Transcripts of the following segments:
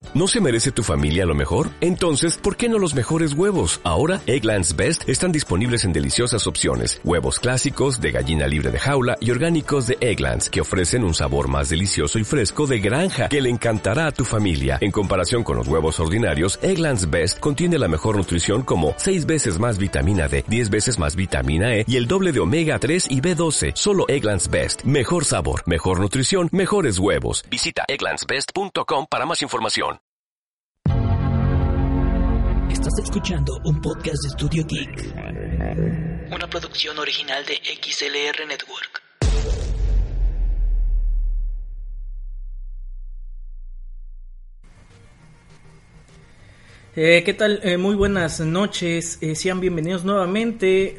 ¿No se merece tu familia lo mejor? Entonces, ¿por qué no los mejores huevos? Ahora, Eggland's Best están disponibles en deliciosas opciones. Huevos clásicos, de gallina libre de jaula y orgánicos de Eggland's, que ofrecen un sabor más delicioso y fresco de granja que le encantará a tu familia. En comparación con los huevos ordinarios, Eggland's Best contiene la mejor nutrición como 6 veces más vitamina D, 10 veces más vitamina E y el doble de omega 3 y B12. Solo Eggland's Best. Mejor sabor, mejor nutrición, mejores huevos. Visita egglandsbest.com para más información. Estás escuchando un podcast de Studio Geek, una producción original de XLR Network. ¿Qué tal? Muy buenas noches. Sean bienvenidos nuevamente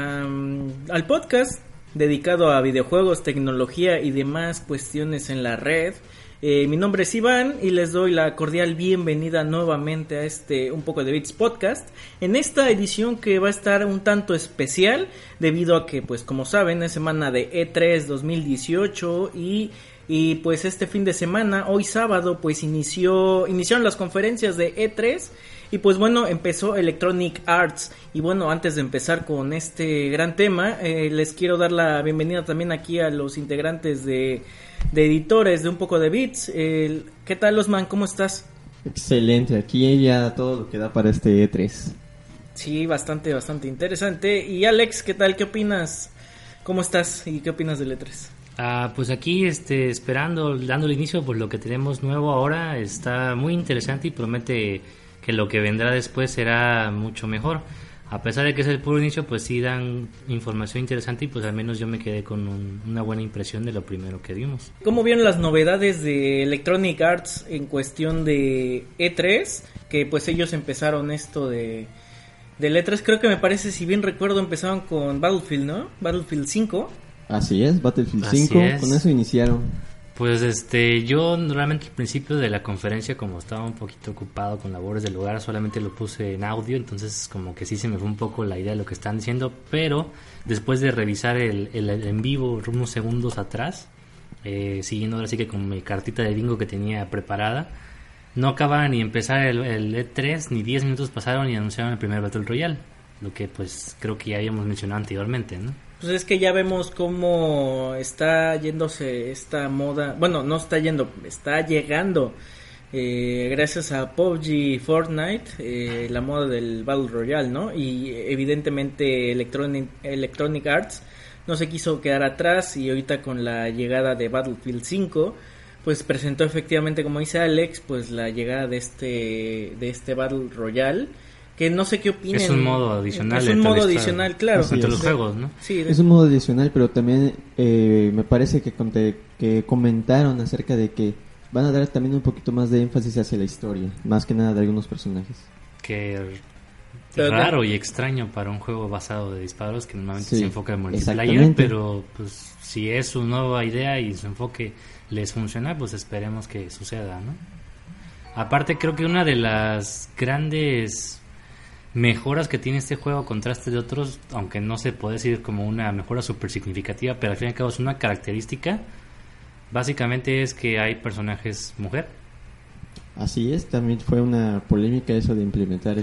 al podcast dedicado a videojuegos, tecnología y demás cuestiones en la red. Mi nombre es Iván y les doy la cordial bienvenida nuevamente a este Un poco de Bits podcast, en esta edición que va a estar un tanto especial debido a que, pues como saben, es semana de E3 2018 y pues este fin de semana, hoy sábado, pues iniciaron las conferencias de E3 y pues bueno, empezó Electronic Arts. Y bueno, antes de empezar con este gran tema, les quiero dar la bienvenida también aquí a los integrantes de editores de Un poco de Bits. ¿Qué tal, Osman? ¿Cómo estás? Excelente, aquí ya todo lo que da para este E3. Sí, bastante interesante. Y Alex, ¿qué tal? ¿Qué opinas? ¿Cómo estás? ¿Y qué opinas del E3? Pues aquí esperando, dando el inicio, pues lo que tenemos nuevo ahora está muy interesante y promete que lo que vendrá después será mucho mejor. A pesar de que es el puro inicio, pues sí dan información interesante y pues al menos yo me quedé con una buena impresión de lo primero que vimos. ¿Cómo vieron las novedades de Electronic Arts en cuestión de E3? Que pues ellos empezaron esto del E3, creo que me parece, si bien recuerdo, empezaron con Battlefield, ¿no? Battlefield 5. Así es, Battlefield 5, con eso iniciaron. Pues yo realmente al principio de la conferencia, como estaba un poquito ocupado con labores del lugar, solamente lo puse en audio, entonces como que sí se me fue un poco la idea de lo que están diciendo, pero después de revisar el en vivo unos segundos atrás, siguiendo ahora sí que con mi cartita de bingo que tenía preparada, no acababa ni empezar el E3, ni 10 minutos pasaron y anunciaron el primer Battle Royale, lo que pues creo que ya habíamos mencionado anteriormente, ¿no? Pues es que ya vemos cómo está yéndose esta moda. Bueno, no está yendo, está llegando gracias a PUBG y Fortnite, la moda del Battle Royale, ¿no? Y evidentemente Electronic Arts no se quiso quedar atrás y ahorita con la llegada de Battlefield 5 pues presentó efectivamente, como dice Alex, pues la llegada de este Battle Royale, que no sé qué opinen. Es un modo adicional. Es un modo adicional, claro. Entre los juegos, ¿no? Sí, es un modo adicional, pero también me parece que comentaron acerca de que van a dar también un poquito más de énfasis hacia la historia, más que nada de algunos personajes. Que raro y extraño para un juego basado de disparos que normalmente se enfoca en multiplayer, pero pues si es su nueva idea y su enfoque les funciona, pues esperemos que suceda, ¿no? Aparte creo que una de las grandes mejoras que tiene este juego a contraste de otros, aunque no se puede decir como una mejora súper significativa, pero al fin y al cabo es una característica, básicamente es que hay personajes mujer. Así es, también fue una polémica eso de implementar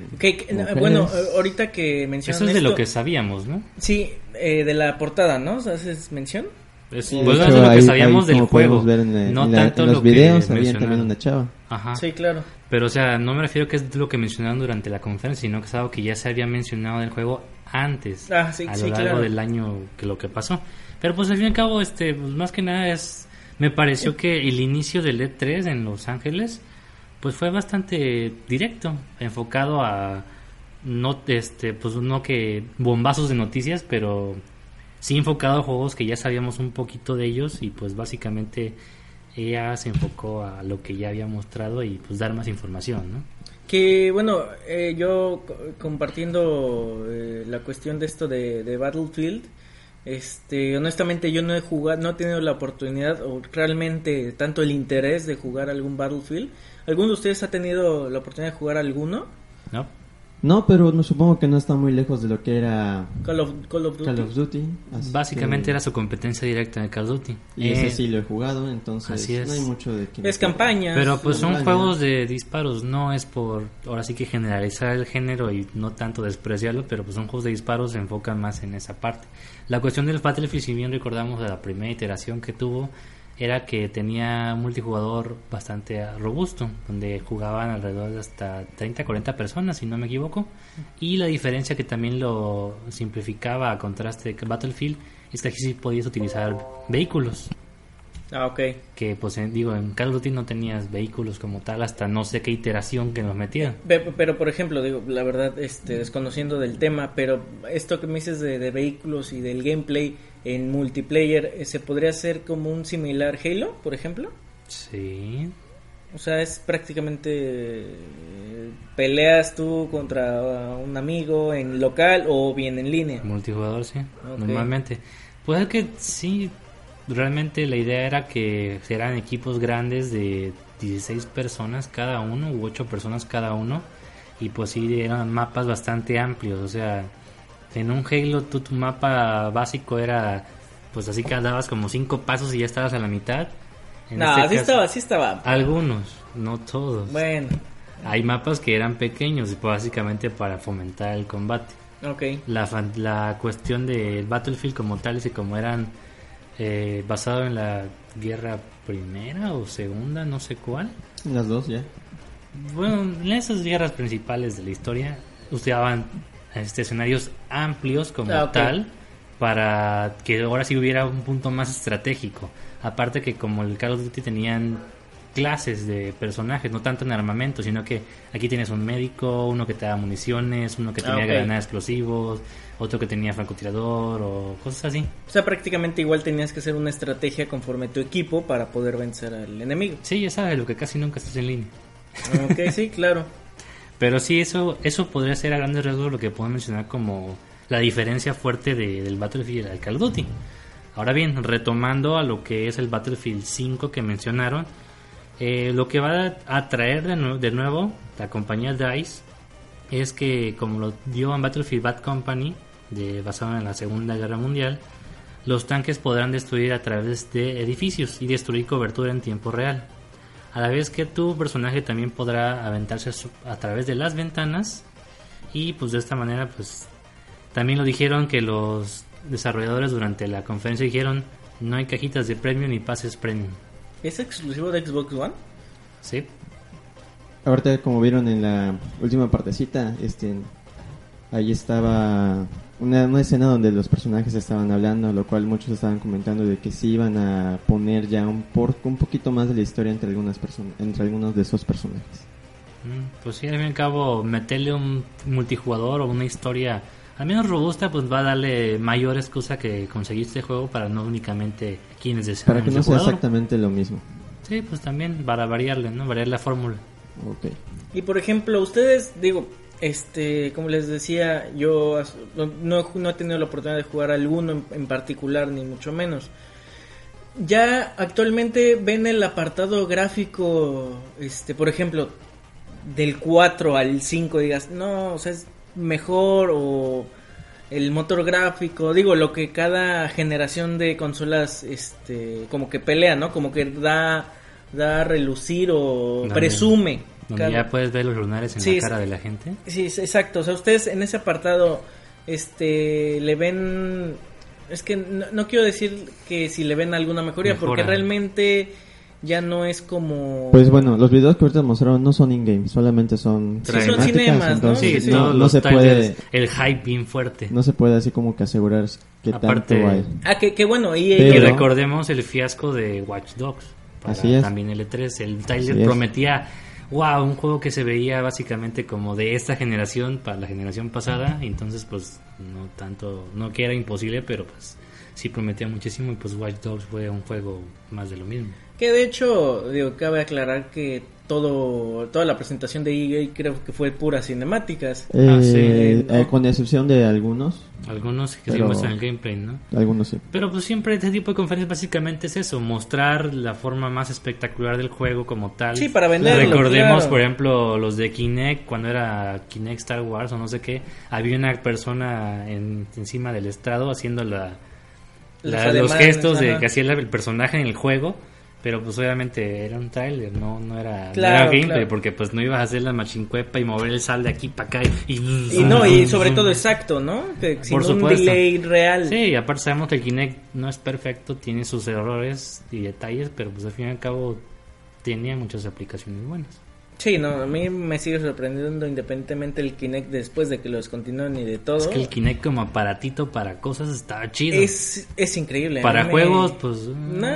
bueno, ahorita que mencionan eso es de lo que sabíamos, ¿no? Sí, de la portada, ¿no? ¿Haces mención? Pues es de lo que sabíamos del juego, no tanto en los lo videos que había también una chava. Ajá. Sí, claro. Pero o sea, no me refiero que es lo que mencionaron durante la conferencia, sino que es algo que ya se había mencionado del juego antes, a lo largo del año que lo que pasó. Pero pues al fin y al cabo, pues más que nada me pareció que el inicio del E3 en Los Ángeles pues fue bastante directo, enfocado a no que bombazos de noticias, pero sí enfocado a juegos que ya sabíamos un poquito de ellos y pues básicamente ella se enfocó a lo que ya había mostrado y pues dar más información, ¿no? Que bueno, yo compartiendo la cuestión de esto de Battlefield, honestamente yo no he jugado, no he tenido la oportunidad o realmente tanto el interés de jugar algún Battlefield. ¿Alguno de ustedes ha tenido la oportunidad de jugar alguno? No. No, pero no, supongo que no está muy lejos de lo que era Call of Duty. Básicamente era su competencia directa de Call of Duty. Y ese sí lo he jugado, entonces no hay mucho de que... Es campaña. Pero pues son juegos de disparos, no es por, ahora sí que generalizar el género y no tanto despreciarlo, pero pues son juegos de disparos, se enfocan más en esa parte. La cuestión del Battlefield, si bien recordamos de la primera iteración que tuvo, era que tenía un multijugador bastante robusto, donde jugaban alrededor de hasta 30-40 personas, si no me equivoco. Y la diferencia que también lo simplificaba a contraste de Battlefield es que aquí sí podías utilizar vehículos. Ok. Que pues en Call of Duty no tenías vehículos como tal hasta no sé qué iteración que nos metieron. Pero por ejemplo, digo, la verdad, desconociendo del tema, pero esto que me dices de vehículos y del gameplay en multiplayer, ¿se podría hacer como un similar Halo, por ejemplo? Sí. O sea, es prácticamente peleas tú contra un amigo en local o bien en línea. Multijugador, sí, okay. Normalmente. Pues que sí, realmente la idea era que eran equipos grandes de 16 personas cada uno u 8 personas cada uno, y pues sí, eran mapas bastante amplios. O sea, en un Halo tu mapa básico era pues así que andabas como 5 pasos y ya estabas a la mitad. Sí estaba. Algunos, no todos. Bueno. Hay mapas que eran pequeños, básicamente para fomentar el combate. Okay. La cuestión del Battlefield como tal, y como eran basado en la guerra primera o segunda, no sé cuál. Las dos ya. Bueno, en esas guerras principales de la historia usaban escenarios amplios como tal, para que ahora sí hubiera un punto más estratégico. Aparte que como el Call of Duty tenían clases de personajes, no tanto en armamento, sino que aquí tienes un médico, uno que te da municiones, uno que tenía granadas explosivos, otro que tenía francotirador o cosas así. O sea, prácticamente igual tenías que hacer una estrategia conforme tu equipo para poder vencer al enemigo. Sí, ya sabes, lo que casi nunca estás en línea. Ok, sí, claro. Pero sí, eso podría ser a grandes rasgos lo que puedo mencionar como la diferencia fuerte del Battlefield al Call of Duty. Ahora bien, retomando a lo que es el Battlefield 5 que mencionaron, lo que va a traer de nuevo la compañía DICE es que, como lo dio en Battlefield Bad Company, basado en la Segunda Guerra Mundial, los tanques podrán destruir a través de edificios y destruir cobertura en tiempo real, a la vez que tu personaje también podrá aventarse a través de las ventanas. Y pues de esta manera, pues también lo dijeron que los desarrolladores durante la conferencia dijeron: no hay cajitas de premium ni pases premium. ¿Es exclusivo de Xbox One? Sí. Ahorita, como vieron en la última partecita, ahí estaba una escena donde los personajes estaban hablando, lo cual muchos estaban comentando de que sí iban a poner ya un poquito más de la historia entre algunos de esos personajes. Pues sí, al fin y al cabo, meterle un multijugador o una historia al menos robusta, pues va a darle mayor excusa que conseguir este juego para no únicamente quienes desean. Para que no sea exactamente lo mismo. Sí, pues también para variarle, ¿no? Variar la fórmula. Okay. Y por ejemplo, ustedes, digo, como les decía, yo no he tenido la oportunidad de jugar alguno en particular, ni mucho menos. Ya actualmente ven el apartado gráfico, por ejemplo, del 4 al 5, digas, no, o sea, es mejor, o el motor gráfico, digo, lo que cada generación de consolas como que pelea, ¿no? Como que da a relucir o presume. Donde ya puedes ver los lunares en la cara de la gente. Sí, exacto. O sea, ustedes en ese apartado le ven, es que no quiero decir que si le ven alguna mejoría, porque realmente ya no es como... Pues bueno, los videos que ahorita mostraron no son in-game, solamente son cinemas, ¿no? Sí, no se puede... El hype bien fuerte. No se puede así como que asegurar que tanto hay. Que bueno, y recordemos el fiasco de Watch Dogs. Para también el E3, el trailer prometía, wow, un juego que se veía básicamente como de esta generación para la generación pasada, y entonces pues no tanto, no que era imposible, pero pues sí prometía muchísimo, y pues Watch Dogs fue un juego más de lo mismo. Que de hecho, cabe aclarar que toda la presentación de EA creo que fue pura cinemáticas. Con excepción de algunos. Algunos que sí muestran el gameplay, ¿no? Algunos sí. Pero pues siempre este tipo de conferencias básicamente es eso, mostrar la forma más espectacular del juego como tal. Sí, para venderlo. Recordemos, claro. Por ejemplo, los de Kinect, cuando era Kinect Star Wars o no sé qué, había una persona encima del estrado haciendo los gestos de que hacía el personaje en el juego. Pero pues obviamente era un trailer, no era gameplay, claro. Porque pues no ibas a hacer la machincuepa y mover el sal de aquí para acá y sobre todo exacto, ¿no? Que sin por supuesto. Un delay real. Sí, y aparte sabemos que el Kinect no es perfecto, tiene sus errores y detalles, pero pues al fin y al cabo tenía muchas aplicaciones buenas. Sí, no, a mí me sigue sorprendiendo independientemente el Kinect después de que lo descontinúen y de todo. Es que el Kinect como aparatito para cosas estaba chido. Es increíble. Para juegos, pues...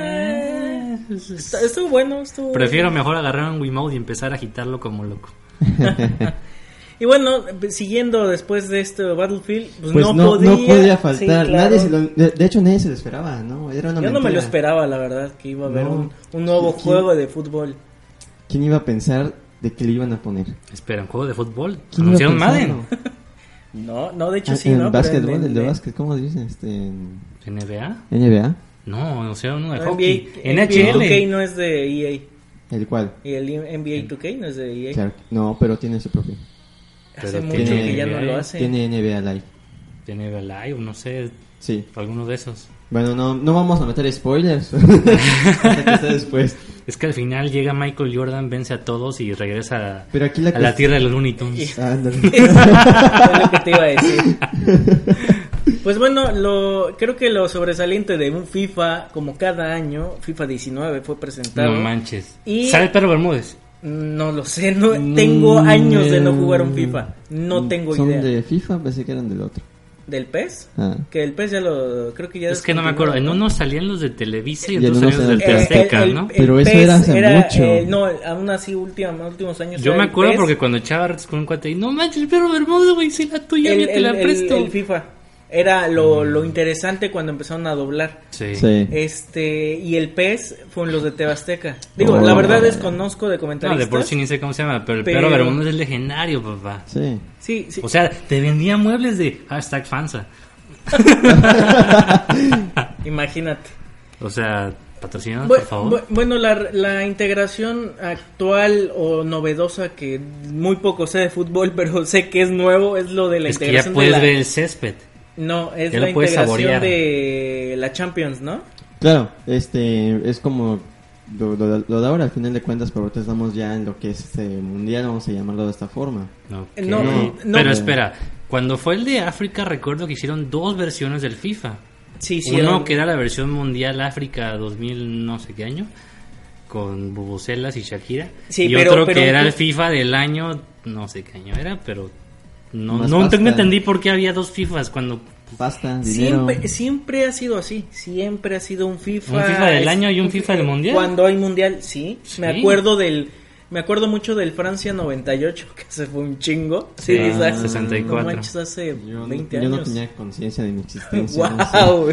Estuvo bueno, Prefiero mejor agarrar un Wiimote y empezar a agitarlo como loco. Y bueno, siguiendo después de este Battlefield, pues no podía faltar. Sí, claro. De hecho nadie se lo esperaba, ¿no? Era una Yo no me lo esperaba, la verdad, que iba a haber un nuevo juego de fútbol. ¿Quién iba a pensar de que le iban a poner? Espera, ¿un juego de fútbol? ¿Anunciaron Madden? No, de hecho sí, ¿no? Básquetbol, el de básquet, ¿cómo dicen? ¿NBA? No, anunciaron uno de hockey. NBA 2K no es de EA. ¿El cuál? Y el NBA 2K no es de EA. Claro, no, pero tiene su propio. Hace mucho que ya no lo hace. Tiene NBA Live. Tiene NBA Live, no sé. Sí. Alguno de esos. Bueno, no vamos a meter spoilers. Hasta que sea después. Es que al final llega Michael Jordan, vence a todos y regresa pero aquí a la tierra de los Looney Tunes. Es lo que te iba a decir. Pues bueno, creo que lo sobresaliente de un FIFA, como cada año, FIFA 19 fue presentado. No manches. ¿Sabe Pedro Bermúdez? No lo sé, tengo años de no jugar un FIFA. No tengo idea. ¿Son de FIFA? Pensé que eran del otro. ¿Del PES? Que el PES creo que ya... Es que no me acuerdo, en uno salían los de Televisa y en otros salían los del Azteca, ¿no? Pero eso era hace mucho. No, aún así, últimos años... Yo me acuerdo porque cuando echaba retos con un cuate y no manches, el Pedro Bermúdez, güey, si la tuya, ya te la presto. El FIFA. Era lo interesante cuando empezaron a doblar. Sí. Y el PES fueron los de TV Azteca. Digo, la verdad desconozco de comentaristas. No, de por sí ni sé cómo se llama, pero el Pedro Bermúdez es legendario, papá. Sí. O sea, te vendía muebles de #Fansa. Imagínate. O sea, patrocínanos, por favor. Bueno, la integración actual o novedosa que muy poco sé de fútbol, pero sé que es nuevo, es lo de la integración. Es que ya puedes ver el césped. No, es la integración de la Champions, ¿no? Claro, es como lo de ahora, al final de cuentas, pero ahorita estamos ya en lo que es mundial, vamos a llamarlo de esta forma. Okay. No, pero espera, cuando fue el de África, recuerdo que hicieron 2 versiones del FIFA. Sí, uno que era la versión mundial África 2000 no sé qué año, con Bubucelas y Shakira. Sí, y otro que era el FIFA del año, no sé qué año era, pero no entendí por qué había 2 FIFAs cuando... Pasta, dinero. Siempre ha sido así. Siempre ha sido un FIFA. ¿Un FIFA del año y un FIFA del mundial? Cuando hay mundial, sí. Me acuerdo mucho del Francia 98, que se fue un chingo. Sí, 64. No manches, hace 20 años. Yo no tenía conciencia de mi existencia. ¡Wow!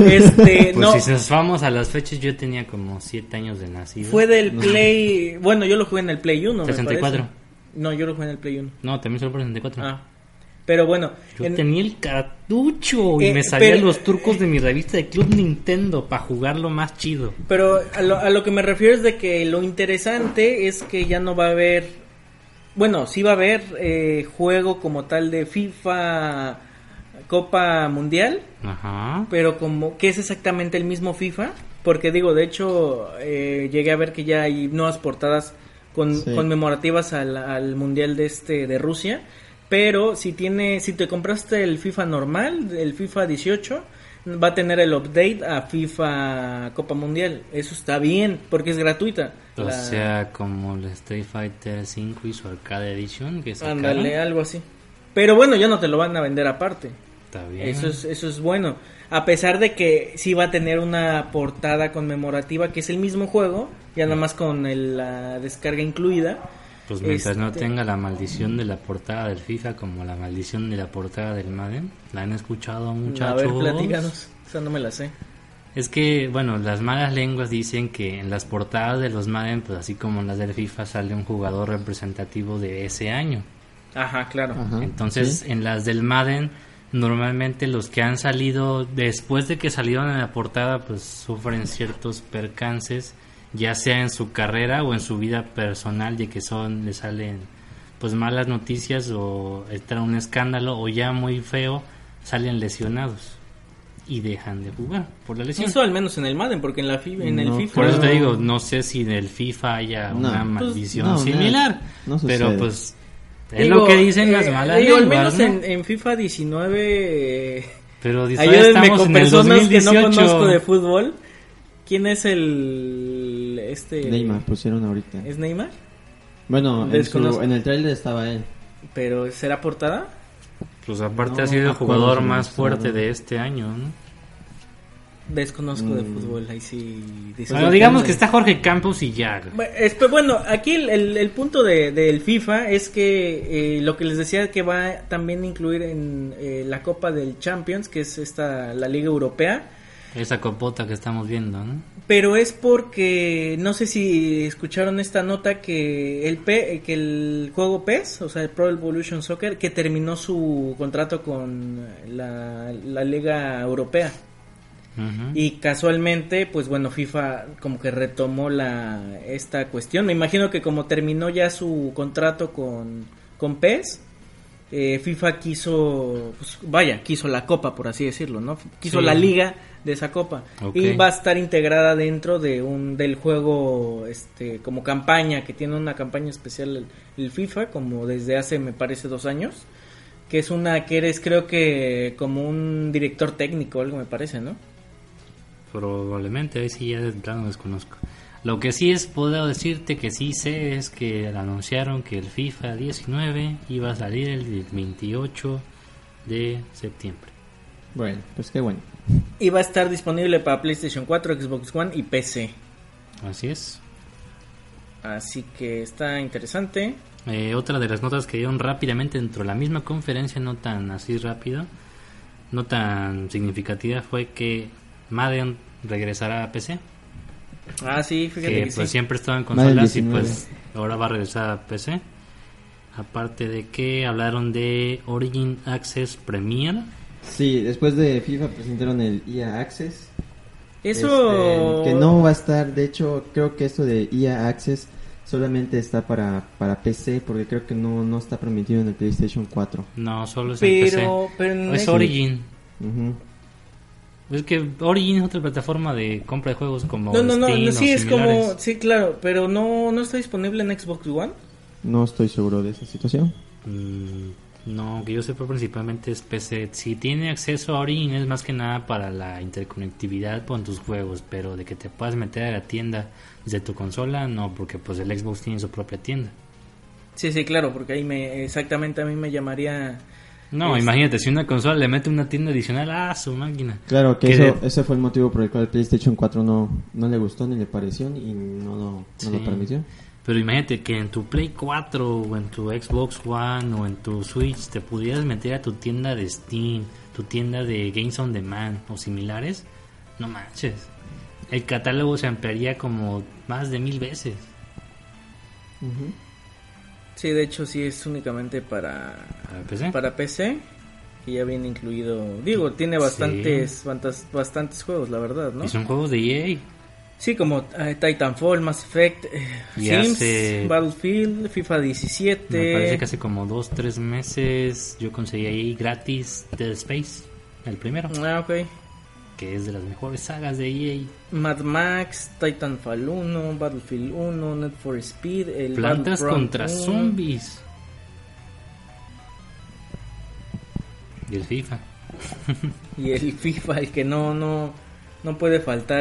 Pues si nos vamos a las fechas, yo tenía como 7 años de nacido. Fue del Play... Bueno, yo lo jugué en el Play 1, 64. No, yo lo jugué en el Play 1. No, también solo por 64. Pero bueno... Yo tenía el cartucho y me salían los turcos de mi revista de Club Nintendo para jugarlo más chido. Pero a lo que me refiero es de que lo interesante es que ya no va a haber... Bueno, sí va a haber juego como tal de FIFA Copa Mundial. Ajá. Pero como que es exactamente el mismo FIFA. Porque digo, de hecho, llegué a ver que ya hay nuevas portadas conmemorativas al Mundial de Rusia. Pero si te compraste el FIFA normal, el FIFA 18, va a tener el update a FIFA Copa Mundial. Eso está bien, porque es gratuita. O sea, como el Street Fighter 5 y su Arcade Edition, que sacaron. Ándale, algo así. Pero bueno, ya no te lo van a vender aparte. Está bien. Eso es bueno. A pesar de que sí va a tener una portada conmemorativa, que es el mismo juego, ya nada más con la descarga incluida. Pues mientras no tenga la maldición de la portada del FIFA como la maldición de la portada del Madden. ¿La han escuchado, muchachos? A ver, platícanos. Esa no me la sé. Es que, bueno, las malas lenguas dicen que en las portadas de los Madden, pues así como en las del FIFA, sale un jugador representativo de ese año. Ajá, claro. Ajá, entonces, ¿sí? En las del Madden, normalmente los que han salido después de que salieron en la portada, pues sufren ciertos percances, ya sea en su carrera o en su vida personal, de que le salen pues malas noticias o entra un escándalo o ya muy feo, salen lesionados y dejan de jugar por la lesión. Eso al menos en el Madden, porque en el FIFA... Por eso te digo, no sé si en el FIFA haya una maldición similar, pero pues es lo que dicen las malas lenguas, al menos ¿no? en FIFA 19... Pero ayúdenme con personas que no conozco de fútbol. ¿Quién es Neymar pusieron ahorita. ¿Es Neymar? Bueno, en el trailer estaba él. ¿Pero será portada? Pues aparte ha sido el jugador más fuerte de este año, ¿no? Desconozco de fútbol, ahí sí... Bueno, digamos que está Jorge Campos y ya. Bueno, aquí el punto del FIFA es que lo que les decía que va también a incluir en la Copa del Champions, que es la Liga Europea. Esa copota que estamos viendo, ¿no? Pero es porque, no sé si escucharon esta nota que el juego PES, o sea, el Pro Evolution Soccer, que terminó su contrato con la Liga Europea. Uh-huh. Y casualmente, pues bueno, FIFA como que retomó esta cuestión. Me imagino que como terminó ya su contrato con PES, FIFA quiso la copa, por así decirlo, ¿no? Quiso la liga de esa copa. Okay. Y va a estar integrada dentro del juego, como campaña, que tiene una campaña especial el FIFA, como desde hace, me parece, 2 años, que es que eres, creo que como un director técnico, algo me parece, ¿no? Probablemente, ahí sí ya de plano desconozco. Lo que sí puedo decirte que sí sé es que anunciaron que el FIFA 19 iba a salir el 28 de septiembre. Bueno, pues qué bueno. Y va a estar disponible para PlayStation 4, Xbox One y PC. Así es. Así que está interesante. Otra de las notas que dieron rápidamente dentro de la misma conferencia, no tan así rápido, no tan significativa, fue que Madden regresará a PC. Ah, sí, fíjate que pues sí. Siempre estaba en consolas y pues ahora va a regresar a PC. Aparte de que hablaron de Origin Access Premier. Sí, después de FIFA presentaron el EA Access. Eso... que no va a estar, de hecho, creo que esto de EA Access solamente está para PC, porque creo que no está permitido en el PlayStation 4. No, solo es en PC. Pero es Origin. Uh-huh. Es que Origin es otra plataforma de compra de juegos como Steam sí, es similares. como... Sí, claro, pero no está disponible en Xbox One. No estoy seguro de esa situación. No, que yo sepa principalmente es PC. Si tiene acceso a Origin es más que nada para la interconectividad con tus juegos, pero de que te puedas meter a la tienda desde tu consola, no, porque pues el Xbox tiene su propia tienda. Sí, claro, porque ahí exactamente a mí me llamaría... No, imagínate, si una consola le mete una tienda adicional a su máquina. Claro, que ese fue el motivo por el cual el PlayStation 4 no le gustó ni le pareció y no lo permitió. Pero imagínate que en tu Play 4 o en tu Xbox One o en tu Switch te pudieras meter a tu tienda de Steam, tu tienda de Games on Demand o similares. No manches. El catálogo se ampliaría como más de 1000 veces. Uh-huh. Sí, de hecho sí es únicamente para PC. Para PC, que ya viene incluido. Digo, tiene bastantes juegos, la verdad, ¿no? Y son juegos de EA. Sí, como Titanfall, Mass Effect, Sims, Battlefield, FIFA 17. Me parece que hace como 2-3 meses yo conseguí ahí gratis Dead Space, el primero. Ah, ok. Que es de las mejores sagas de EA. Mad Max, Titanfall 1, Battlefield 1, Need for Speed, el Plantas contra 1. Zombies. Y el FIFA. Y el FIFA, el que no puede faltar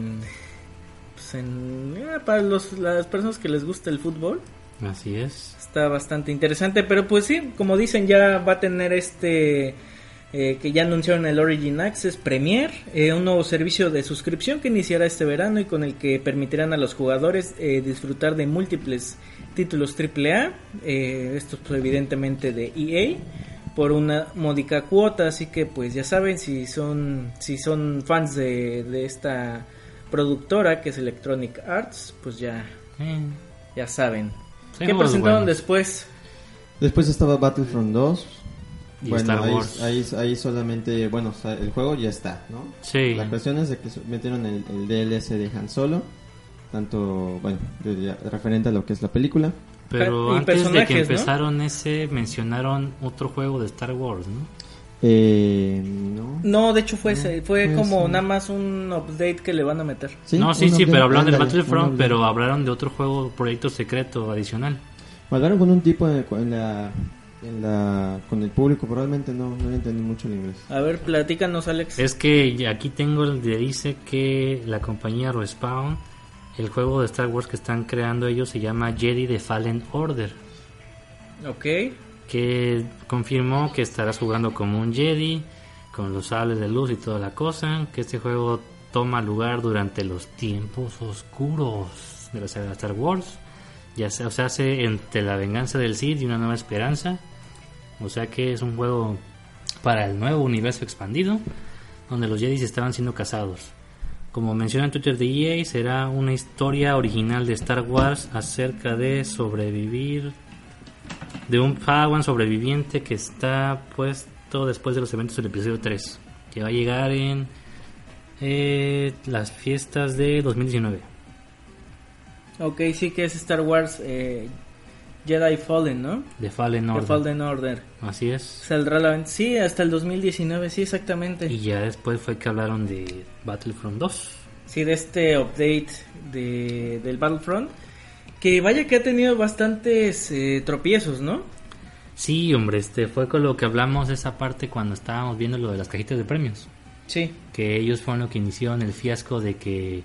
para las personas que les gusta el fútbol. Así es. Está bastante interesante, pero pues sí, como dicen, ya va a tener que ya anunciaron el Origin Access Premier, un nuevo servicio de suscripción que iniciará este verano y con el que permitirán a los jugadores disfrutar de múltiples títulos AAA, estos pues, evidentemente de EA, por una módica cuota, así que pues ya saben, si son fans de esta productora que es Electronic Arts, pues ya saben. ¿Qué presentaron después? Después estaba Battlefront 2. Y bueno, Star Wars. Ahí solamente, bueno, el juego ya está, ¿no? Sí. La cuestión es de que metieron el DLC de Han Solo, tanto, bueno, referente a lo que es la película. Pero antes de que empezaron, ¿no? Mencionaron otro juego de Star Wars, ¿no? No, de hecho fue como nada más un update que le van a meter. ¿Sí? No, sí, pero hablaron de Battlefront, pero hablaron de otro juego, proyecto secreto adicional. Hablaron con un tipo con el público, probablemente no entendí mucho el inglés. A ver, platícanos, Alex. Es que aquí tengo dice que la compañía Respawn, el juego de Star Wars que están creando ellos se llama Jedi The Fallen Order. Ok. Que confirmó que estarás jugando como un Jedi, con los sables de luz y toda la cosa, que este juego toma lugar durante los tiempos oscuros de la saga de Star Wars, o sea, hace entre la venganza del Sith y una nueva esperanza, o sea que es un juego para el nuevo universo expandido, donde los Jedi estaban siendo cazados. Como menciona en Twitter de EA, será una historia original de Star Wars acerca de sobrevivir, de un Padawan sobreviviente que está puesto después de los eventos del episodio 3, que va a llegar en las fiestas de 2019. Ok, sí que es Star Wars Jedi Fallen, ¿no? The Fallen Order. The Fallen Order. Así es. Saldrá sí, hasta el 2019, sí, exactamente. Y ya después fue que hablaron de Battlefront 2. Sí, de este update del Battlefront. Que vaya que ha tenido bastantes tropiezos, ¿no? Sí, hombre, fue con lo que hablamos esa parte cuando estábamos viendo lo de las cajitas de premios. Sí. Que ellos fueron lo que iniciaron el fiasco de que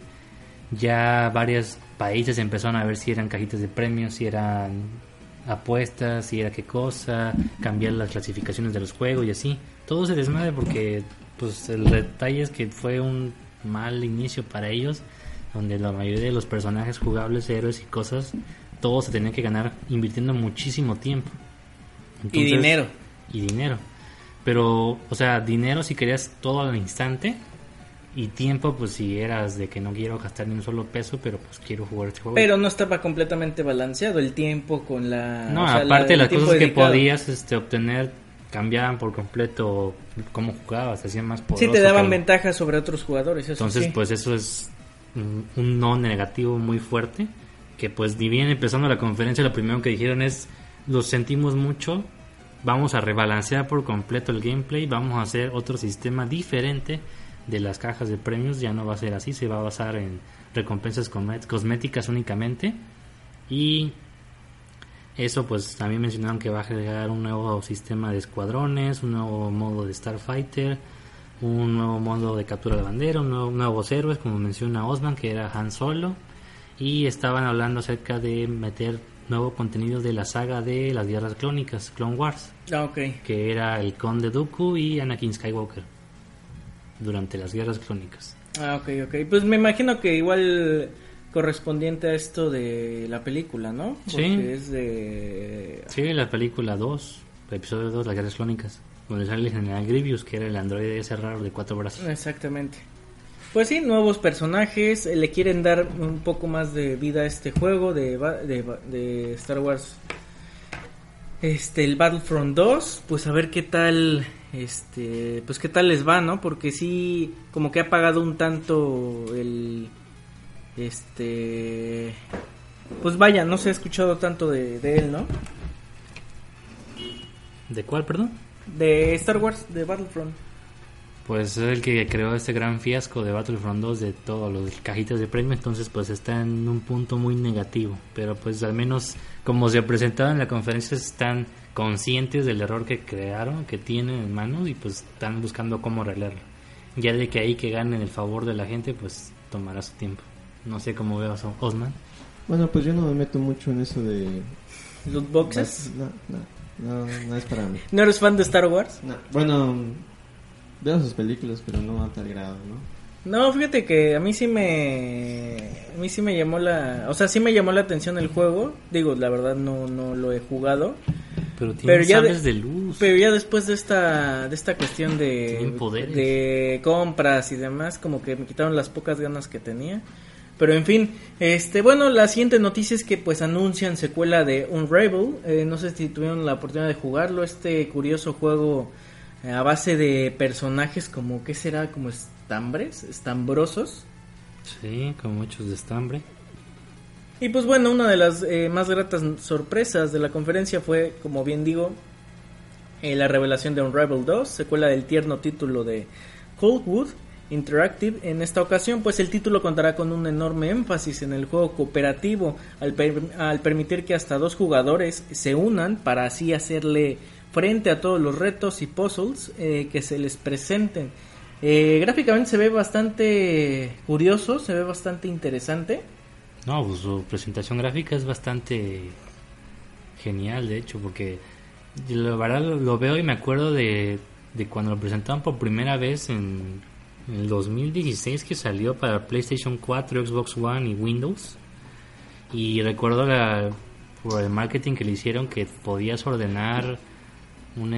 ya varios países empezaron a ver si eran cajitas de premios, si eran apuestas, si era qué cosa, cambiar las clasificaciones de los juegos y así. Todo se desmadre porque pues el detalle es que fue un mal inicio para ellos, donde la mayoría de los personajes jugables, héroes y cosas, todos se tenían que ganar invirtiendo muchísimo tiempo. Entonces, y dinero. Pero, o sea, dinero si querías todo al instante, y tiempo pues si eras de que no quiero gastar ni un solo peso, pero pues quiero jugar este juego. Pero no estaba completamente balanceado el tiempo con la... No, aparte las cosas dedicado que podías obtener cambiaban por completo cómo jugabas, te hacían más poderoso. Sí, te daban ventajas sobre otros jugadores. Eso entonces sí. Pues eso es un no negativo muy fuerte, que pues ni bien empezando la conferencia lo primero que dijeron es: lo sentimos mucho, vamos a rebalancear por completo el gameplay, vamos a hacer otro sistema diferente de las cajas de premios, ya no va a ser así, se va a basar en recompensas cosméticas únicamente. Y eso pues también mencionaron que va a agregar un nuevo sistema de escuadrones, un nuevo modo de Starfighter, un nuevo modo de captura de bandera, nuevos héroes como menciona Osman, que era Han Solo, y estaban hablando acerca de meter nuevo contenido de la saga de las guerras clónicas, Clone Wars, que era el Conde Dooku y Anakin Skywalker durante las guerras clónicas. Ok. Pues me imagino que igual correspondiente a esto de la película, ¿no? Porque sí. Es de... Sí, la película 2, el episodio 2, las guerras clónicas, donde sale el general Grievous, que era el androide ese raro de 4 brazos. Exactamente. Pues sí, nuevos personajes, le quieren dar un poco más de vida a este juego de Star Wars. El Battlefront 2, pues a ver qué tal, pues qué tal les va, ¿no? Porque sí, como que ha pagado un tanto pues vaya, no se ha escuchado tanto de él, ¿no? ¿De cuál, perdón? De Star Wars, de Battlefront. Pues es el que creó este gran fiasco de Battlefront 2 de todos los cajitas de premio, entonces pues está en un punto muy negativo, pero pues al menos como se presentaron en la conferencia están conscientes del error que crearon, que tienen en manos, y pues están buscando cómo arreglarlo. Ya de que ahí que ganen el favor de la gente, pues tomará su tiempo. No sé cómo veas, Osman. Bueno, pues yo no me meto mucho en eso de loot boxes. No es para mí. ¿No eres fan de Star Wars? No. Bueno, veo sus películas, pero no a tal grado, ¿no? No, fíjate que a mí sí me llamó sí me llamó la atención el juego. Digo, la verdad no lo he jugado, Pero tiene sables de luz. Pero ya después de esta cuestión de compras y demás, como que me quitaron las pocas ganas que tenía. Pero en fin, bueno, la siguiente noticia es que pues anuncian secuela de Unravel. No sé si tuvieron la oportunidad de jugarlo, este curioso juego a base de personajes como, ¿qué será? Como estambrosos. Sí, con muchos de estambre. Y pues bueno, una de las más gratas sorpresas de la conferencia fue, como bien digo, la revelación de Unravel 2, secuela del tierno título de Coldwood Interactive. En esta ocasión, pues el título contará con un enorme énfasis en el juego cooperativo, al permitir que hasta 2 jugadores se unan para así hacerle frente a todos los retos y puzzles que se les presenten. Gráficamente se ve bastante curioso, se ve bastante interesante. No, pues su presentación gráfica es bastante genial, de hecho, porque la verdad lo veo y me acuerdo de cuando lo presentaron por primera vez en el 2016, que salió para PlayStation 4, Xbox One y Windows. Y recuerdo por el marketing que le hicieron, que podías ordenar un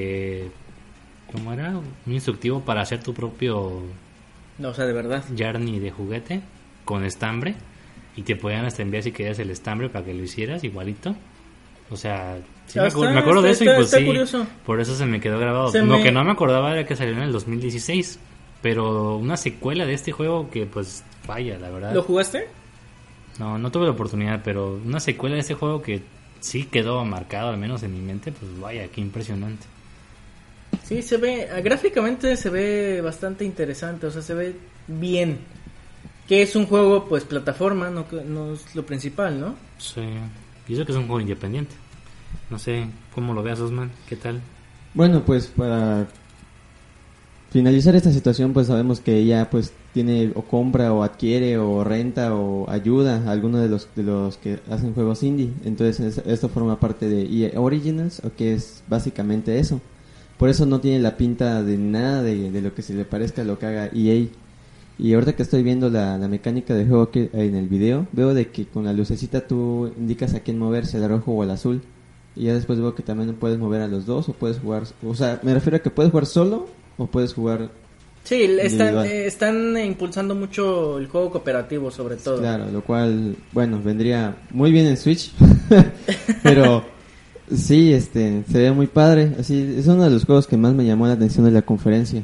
¿cómo era? Un instructivo para hacer tu propio, no, o sea, de verdad, journey de juguete con estambre. Y te podían hasta enviar si querías el estambre para que lo hicieras igualito. O sea, sí me acuerdo de eso, y pues sí, curioso. Por eso se me quedó grabado. Que no me acordaba era que salió en el 2016. Pero una secuela de este juego que pues vaya, la verdad. ¿Lo jugaste? No tuve la oportunidad, pero una secuela de este juego que sí quedó marcado, al menos en mi mente, pues vaya, qué impresionante. Sí, gráficamente se ve bastante interesante, o sea, se ve bien. Que es un juego, pues, plataforma, no es lo principal, ¿no? Sí, y eso que es un juego independiente. No sé, ¿cómo lo veas, Osman? ¿Qué tal? Bueno, pues, para finalizar esta situación, pues, sabemos que ella, pues, tiene o compra o adquiere o renta o ayuda a alguno de los que hacen juegos indie. Entonces, esto forma parte de EA Originals, o que es básicamente eso. Por eso no tiene la pinta de nada de lo que se le parezca a lo que haga EA. Y ahorita que estoy viendo la mecánica de juego que en el video, veo de que con la lucecita tú indicas a quién moverse, el rojo o el azul. Y ya después veo que también puedes mover a los dos, o puedes jugar, o sea, me refiero a que puedes jugar solo o puedes jugar. Sí, están impulsando mucho el juego cooperativo, sobre todo. Claro, lo cual, bueno, vendría muy bien en Switch. Pero sí, se ve muy padre. Así, es uno de los juegos que más me llamó la atención de la conferencia.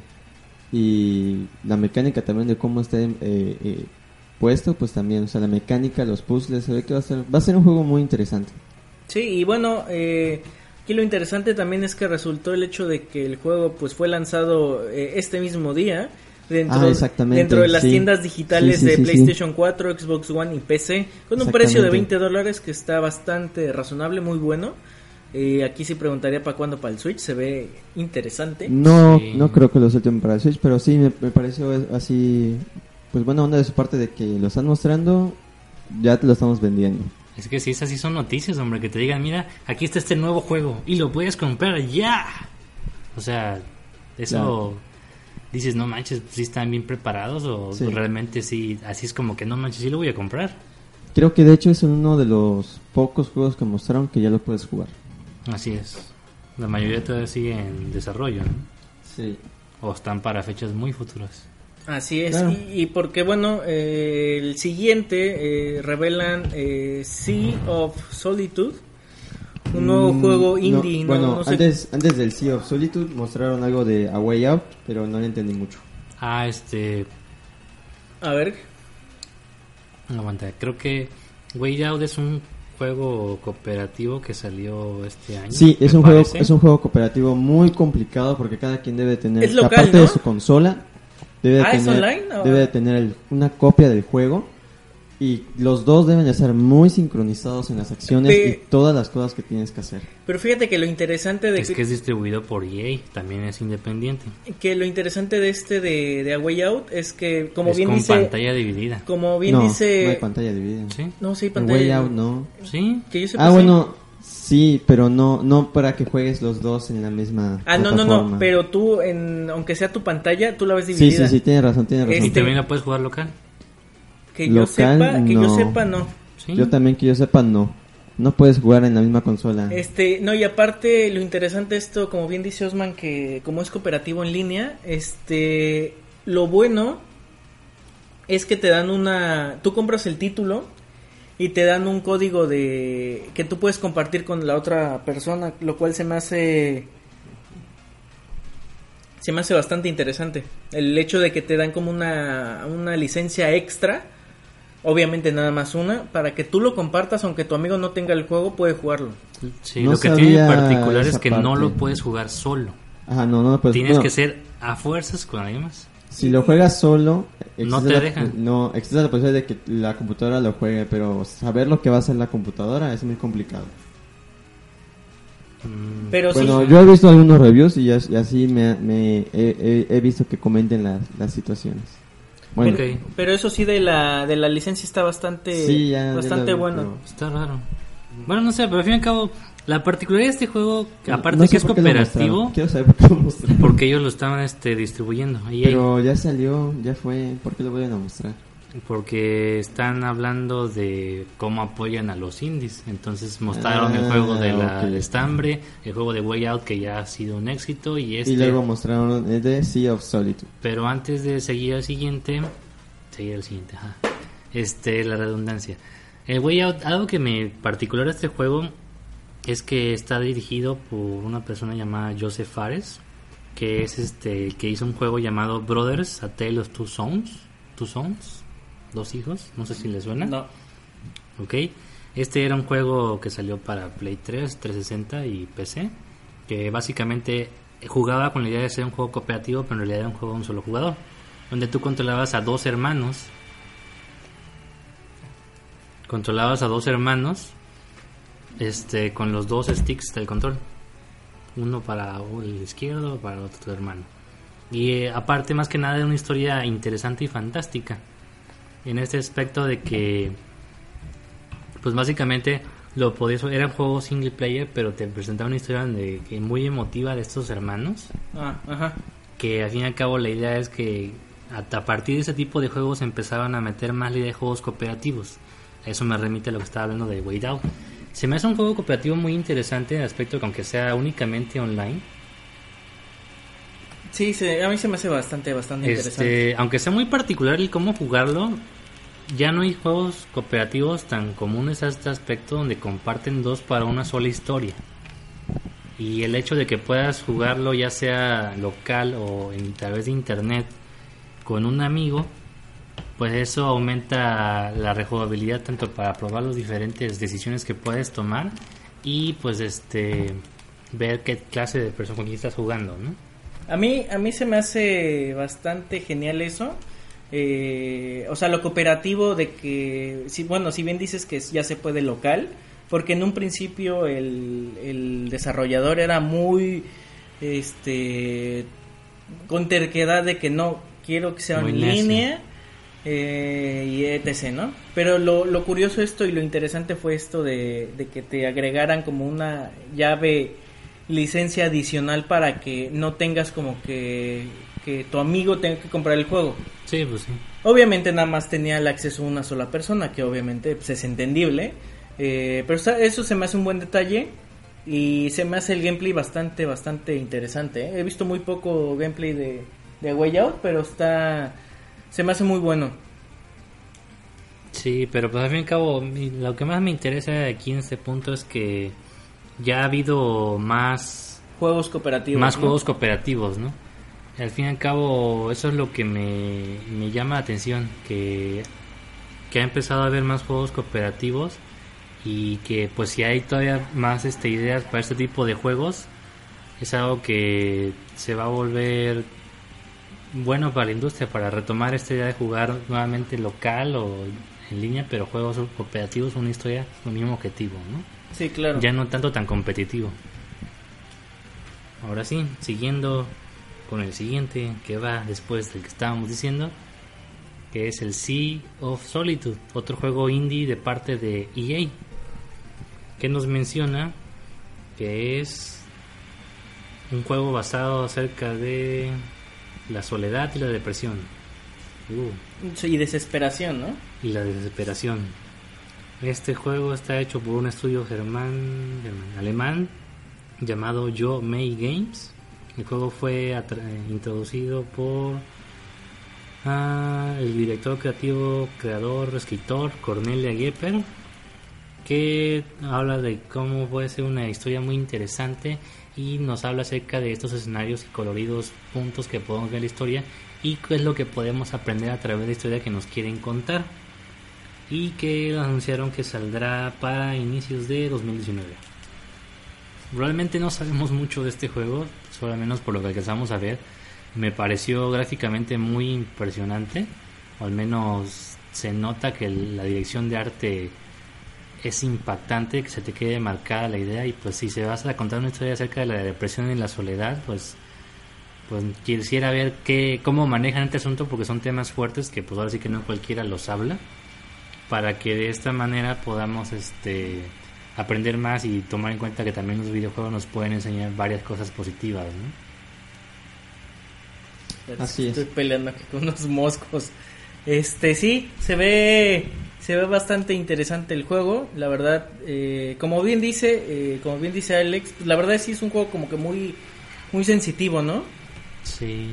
Y la mecánica también de cómo está puesto, pues también, o sea, la mecánica, los puzzles, se ve que va a ser un juego muy interesante. Sí, y bueno, aquí lo interesante también es que resultó el hecho de que el juego pues fue lanzado este mismo día dentro de las tiendas digitales de PlayStation 4, Xbox One y PC, con un precio de $20 que está bastante razonable, muy bueno. Aquí sí preguntaría para cuándo para el Switch, se ve interesante. No creo que lo suelten para el Switch, pero sí me pareció así, pues buena onda de su parte de que lo están mostrando, ya te lo estamos vendiendo. Es que si esas sí son noticias, hombre, que te digan, mira, aquí está este nuevo juego y lo puedes comprar ya. O sea, eso, claro. Dices, no manches, ¿sí están bien preparados o sí. Realmente sí, así es como que no manches, sí lo voy a comprar? Creo que de hecho es uno de los pocos juegos que mostraron que ya lo puedes jugar. Así es. La mayoría todavía sigue en desarrollo, ¿no? Sí. O están para fechas muy futuras. Así es, claro. Y porque bueno, el siguiente revelan Sea of Solitude, un nuevo juego indie. No sé. Antes del Sea of Solitude mostraron algo de A Way Out, pero no lo entendí mucho. A ver. Aguanta, creo que Way Out es un juego cooperativo que salió este año. Sí, es un juego cooperativo muy complicado porque cada quien debe tener local, aparte ¿no? de su consola. Debe de tener una copia del juego y los dos deben de estar muy sincronizados en las acciones y todas las cosas que tienes que hacer. Pero fíjate que lo interesante es que es distribuido por EA, también es independiente. Que lo interesante de A Way Out es que como es bien con dice pantalla dividida. Como bien dice no hay pantalla dividida. ¿Sí? No, sí hay pantalla. Way Out no. Sí. Que yo sepa, bueno. Sí, pero no para que juegues los dos en la misma plataforma. No, pero tú, aunque sea tu pantalla, tú la ves dividida. Sí, tienes razón. ¿Y también la puedes jugar local? Que yo sepa, no. ¿Sí? Yo también que yo sepa, no. no puedes jugar en la misma consola. No, y aparte lo interesante esto, como bien dice Osman, que como es cooperativo en línea, lo bueno es que te dan tú compras el título y te dan un código que tú puedes compartir con la otra persona, lo cual se me hace bastante interesante. El hecho de que te dan como una licencia extra, obviamente nada más una, para que tú lo compartas, aunque tu amigo no tenga el juego, puede jugarlo. Sí, no, lo que tiene en particular es que no lo puedes jugar solo. Ajá, no puedes. Tienes que ser a fuerzas con alguien más. Si lo juegas solo, no te dejan. No, existe la posibilidad de que la computadora lo juegue, pero saber lo que va a hacer la computadora es muy complicado. Pero bueno, yo he visto algunos reviews y así he visto que comenten las situaciones. Bueno, pero eso sí de la licencia está bastante bueno. Pero está raro. Bueno, no sé, pero al fin y al cabo la particularidad de este juego, aparte de que es cooperativo, quiero saber por qué lo mostraron. Porque ellos lo estaban distribuyendo. Pero ya salió, ya fue, ¿por qué lo vuelven a mostrar? Porque están hablando de cómo apoyan a los indies. Entonces mostraron el juego de la Estambre, el juego de Way Out, que ya ha sido un éxito, y luego mostraron el de Sea of Solitude. Pero antes de seguir al siguiente, ajá, la redundancia. El Way Out, algo que me particular a este juego es que está dirigido por una persona llamada Joseph Fares, que es que hizo un juego llamado Brothers: A Tale of Two Sons. Dos hijos, no sé si les suena. No. Ok, era un juego que salió para Play 3, 360 y PC, que básicamente jugaba con la idea de ser un juego cooperativo, pero en realidad era un juego de un solo jugador, donde tú controlabas a dos hermanos. Con los dos sticks del control, uno para el izquierdo, para el otro hermano. Y aparte, más que nada, era una historia interesante y fantástica en este aspecto de que, pues básicamente era un juego single player, pero te presentaba una historia muy emotiva de estos hermanos. Ajá. Que al fin y al cabo la idea es que a partir de ese tipo de juegos empezaban a meter más la idea de juegos cooperativos. A eso me remite a lo que estaba hablando de Way Out. Se me hace un juego cooperativo muy interesante en el aspecto de que aunque sea únicamente online. Sí, a mí se me hace bastante interesante. Aunque sea muy particular el cómo jugarlo, ya no hay juegos cooperativos tan comunes a este aspecto donde comparten dos para una sola historia. Y el hecho de que puedas jugarlo ya sea local o a través de internet con un amigo, pues eso aumenta la rejugabilidad tanto para probar las diferentes decisiones que puedes tomar y pues ver qué clase de persona con quien estás jugando, ¿no? A mí se me hace bastante genial eso. O sea, lo cooperativo de que, si bien dices que ya se puede local, porque en un principio el desarrollador era muy con terquedad de que no quiero que sea en línea y etc, ¿no? Pero lo curioso y lo interesante fue esto de que te agregaran como una llave licencia adicional para que no tengas como que tu amigo tenga que comprar el juego. Sí, pues sí. Obviamente nada más tenía el acceso a una sola persona, que obviamente pues, es entendible, pero eso se me hace un buen detalle y se me hace el gameplay bastante interesante. He visto muy poco gameplay de Way Out, pero se me hace muy bueno. Sí, pero pues al fin y al cabo lo que más me interesa aquí en este punto es que ya ha habido más juegos cooperativos, ¿no? Al fin y al cabo eso es lo que me llama la atención, que ha empezado a haber más juegos cooperativos y que pues si hay todavía más ideas para este tipo de juegos, es algo que se va a volver bueno para la industria, para retomar esta idea de jugar nuevamente local o en línea, pero juegos cooperativos, una historia con el mismo objetivo, ¿no? Sí, claro. Ya no tanto tan competitivo. Ahora sí, siguiendo con el siguiente que va después del que estábamos diciendo, que es el Sea of Solitude, otro juego indie de parte de EA, que nos menciona que es un juego basado acerca de la soledad y la depresión. Y desesperación, ¿no? Y la desesperación. Este juego está hecho por un estudio alemán llamado Yo Mei Games. El juego fue introducido por el director creativo, creador, escritor Cornelia Gepper, que habla de cómo puede ser una historia muy interesante y nos habla acerca de estos escenarios y coloridos puntos que podemos ver en la historia y qué es lo que podemos aprender a través de la historia que nos quieren contar, y que anunciaron que saldrá para inicios de 2019. Realmente no sabemos mucho de este juego, solo menos por lo que alcanzamos a ver. Me pareció gráficamente muy impresionante, o al menos se nota que la dirección de arte es impactante, que se te quede marcada la idea. Y pues si se vas a contar una historia acerca de la depresión y la soledad, pues quisiera ver cómo manejan este asunto, porque son temas fuertes que pues ahora sí que no cualquiera los habla, para que de esta manera podamos aprender más y tomar en cuenta que también los videojuegos nos pueden enseñar varias cosas positivas, ¿no? Así estoy peleando aquí con unos moscos. Sí, se ve bastante interesante el juego, la verdad. Como bien dice Alex, pues la verdad sí es un juego como que muy sensitivo, ¿no? Sí.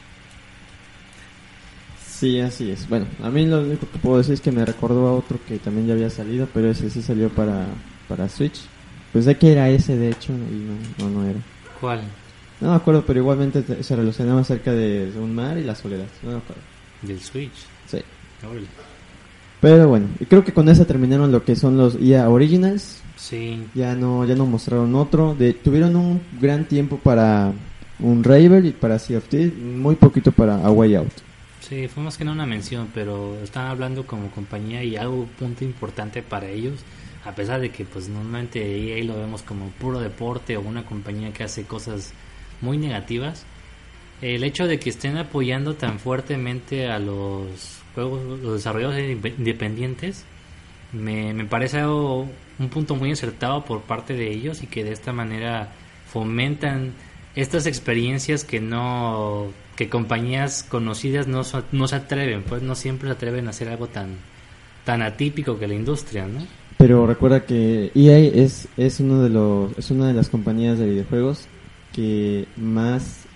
Sí, así es. Bueno, a mí lo único que puedo decir es que me recordó a otro que también ya había salido, pero ese sí salió para Switch. Pensé que era ese, de hecho, y no era. ¿Cuál? No me acuerdo, pero igualmente se relacionaba acerca de un mar y la soledad. No me acuerdo. ¿Del Switch? Sí. Órale. Pero bueno, y creo que con esa terminaron lo que son los EA Originals. Sí. Ya no mostraron otro. Tuvieron un gran tiempo para un Ravel y para Sea of Thieves, muy poquito para A Way Out. Sí, fue más que nada una mención, pero están hablando como compañía y algo punto importante para ellos, a pesar de que pues normalmente EA lo vemos como puro deporte o una compañía que hace cosas muy negativas. El hecho de que estén apoyando tan fuertemente a los juegos, los desarrolladores independientes, me parece algo, un punto muy acertado por parte de ellos, y que de esta manera fomentan estas experiencias que compañías conocidas no se atreven, pues no siempre se atreven a hacer algo tan atípico que la industria, ¿no? Pero recuerda que EA es una de las compañías de videojuegos que más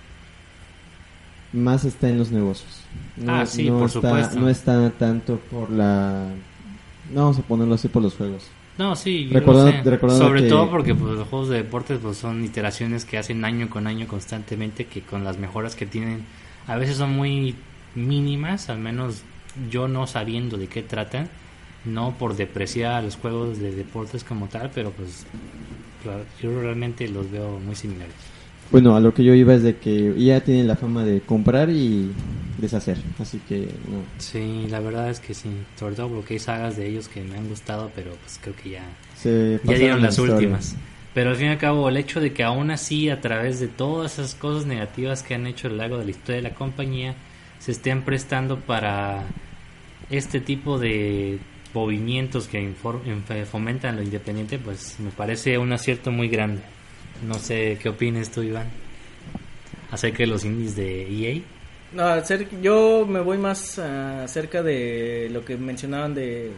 está en los negocios. Sí, por supuesto. No está tanto por vamos a ponerlo así, por los juegos. No, sí, recordando sobre todo porque pues, los juegos de deportes pues, son iteraciones que hacen año con año constantemente, que con las mejoras que tienen a veces son muy mínimas, al menos yo no sabiendo de qué tratan, no por depreciar a los juegos de deportes como tal, pero pues claro, yo realmente los veo muy similares. Bueno, a lo que yo iba es de que ya tienen la fama de comprar y deshacer, así que no. Sí, la verdad es que sí, sobre todo porque hay sagas de ellos que me han gustado, pero pues creo que ya dieron las últimas. Pero al fin y al cabo, el hecho de que aún así, a través de todas esas cosas negativas que han hecho a lo largo de la historia de la compañía, se estén prestando para este tipo de movimientos que fomentan lo independiente, pues me parece un acierto muy grande. No sé qué opinas tú, Iván, acerca de los indies de EA. No, yo me voy más acerca de lo que mencionaban de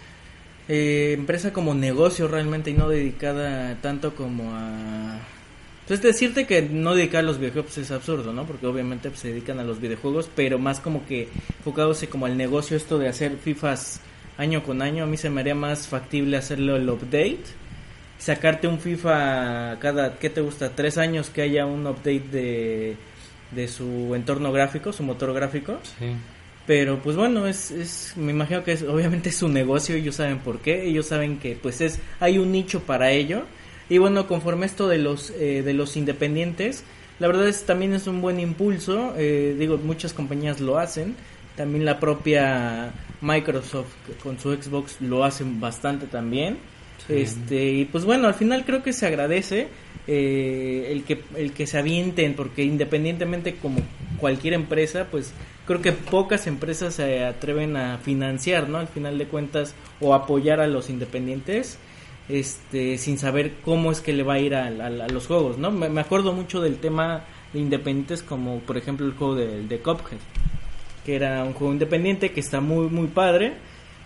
empresa como negocio realmente, y no dedicada tanto como a... Pues decirte que no dedicar a los videojuegos es absurdo, ¿no? Porque obviamente pues, se dedican a los videojuegos, pero más como que enfocados como al negocio, esto de hacer FIFAs año con año. A mí se me haría más factible hacerlo el update, sacarte un FIFA cada, ¿qué te gusta? 3 años, que haya un update de su entorno gráfico, su motor gráfico. Sí. Pero pues bueno, me imagino que obviamente es su negocio, ellos saben por qué, ellos saben que pues hay un nicho para ello. Y bueno, conforme esto de los independientes, la verdad también es un buen impulso. Muchas compañías lo hacen, también la propia Microsoft con su Xbox lo hacen bastante también. Sí. Y pues bueno, al final creo que se agradece el que se avienten, porque independientemente como cualquier empresa, pues creo que pocas empresas se atreven a financiar, ¿no? Al final de cuentas, o apoyar a los independientes sin saber cómo es que le va a ir a los juegos, ¿no? Me acuerdo mucho del tema de independientes, como por ejemplo el juego de Cuphead, que era un juego independiente que está muy muy padre.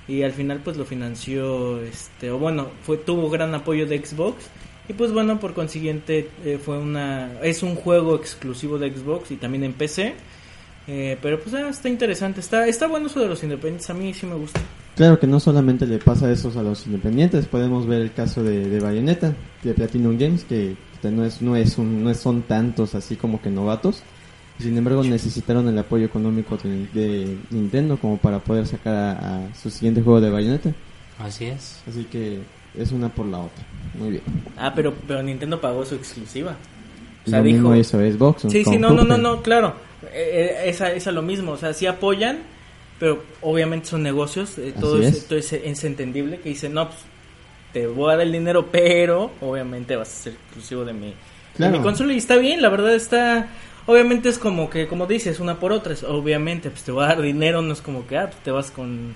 y al final pues lo financió tuvo gran apoyo de Xbox y pues bueno, por consiguiente es un juego exclusivo de Xbox y también en PC, pero pues está interesante, está bueno eso de los independientes, a mí sí me gusta. Claro que no solamente le pasa eso a los independientes, podemos ver el caso de Bayonetta, de Platinum Games, que no son tantos así como que novatos. Sin embargo, necesitaron el apoyo económico de Nintendo como para poder sacar a su siguiente juego de Bayonetta. Así es. Así que es una por la otra. Muy bien. Pero Nintendo pagó su exclusiva. O sea, mismo hizo Xbox. Sí, no, claro. Es lo mismo. O sea, sí apoyan, pero obviamente son negocios. Todo es entendible. Que dicen, no, pues te voy a dar el dinero, pero obviamente vas a ser exclusivo de mi consola. Y está bien, la verdad está... Obviamente es como que, como dices, una por otra. Obviamente, pues te va a dar dinero, no es como que pues te vas con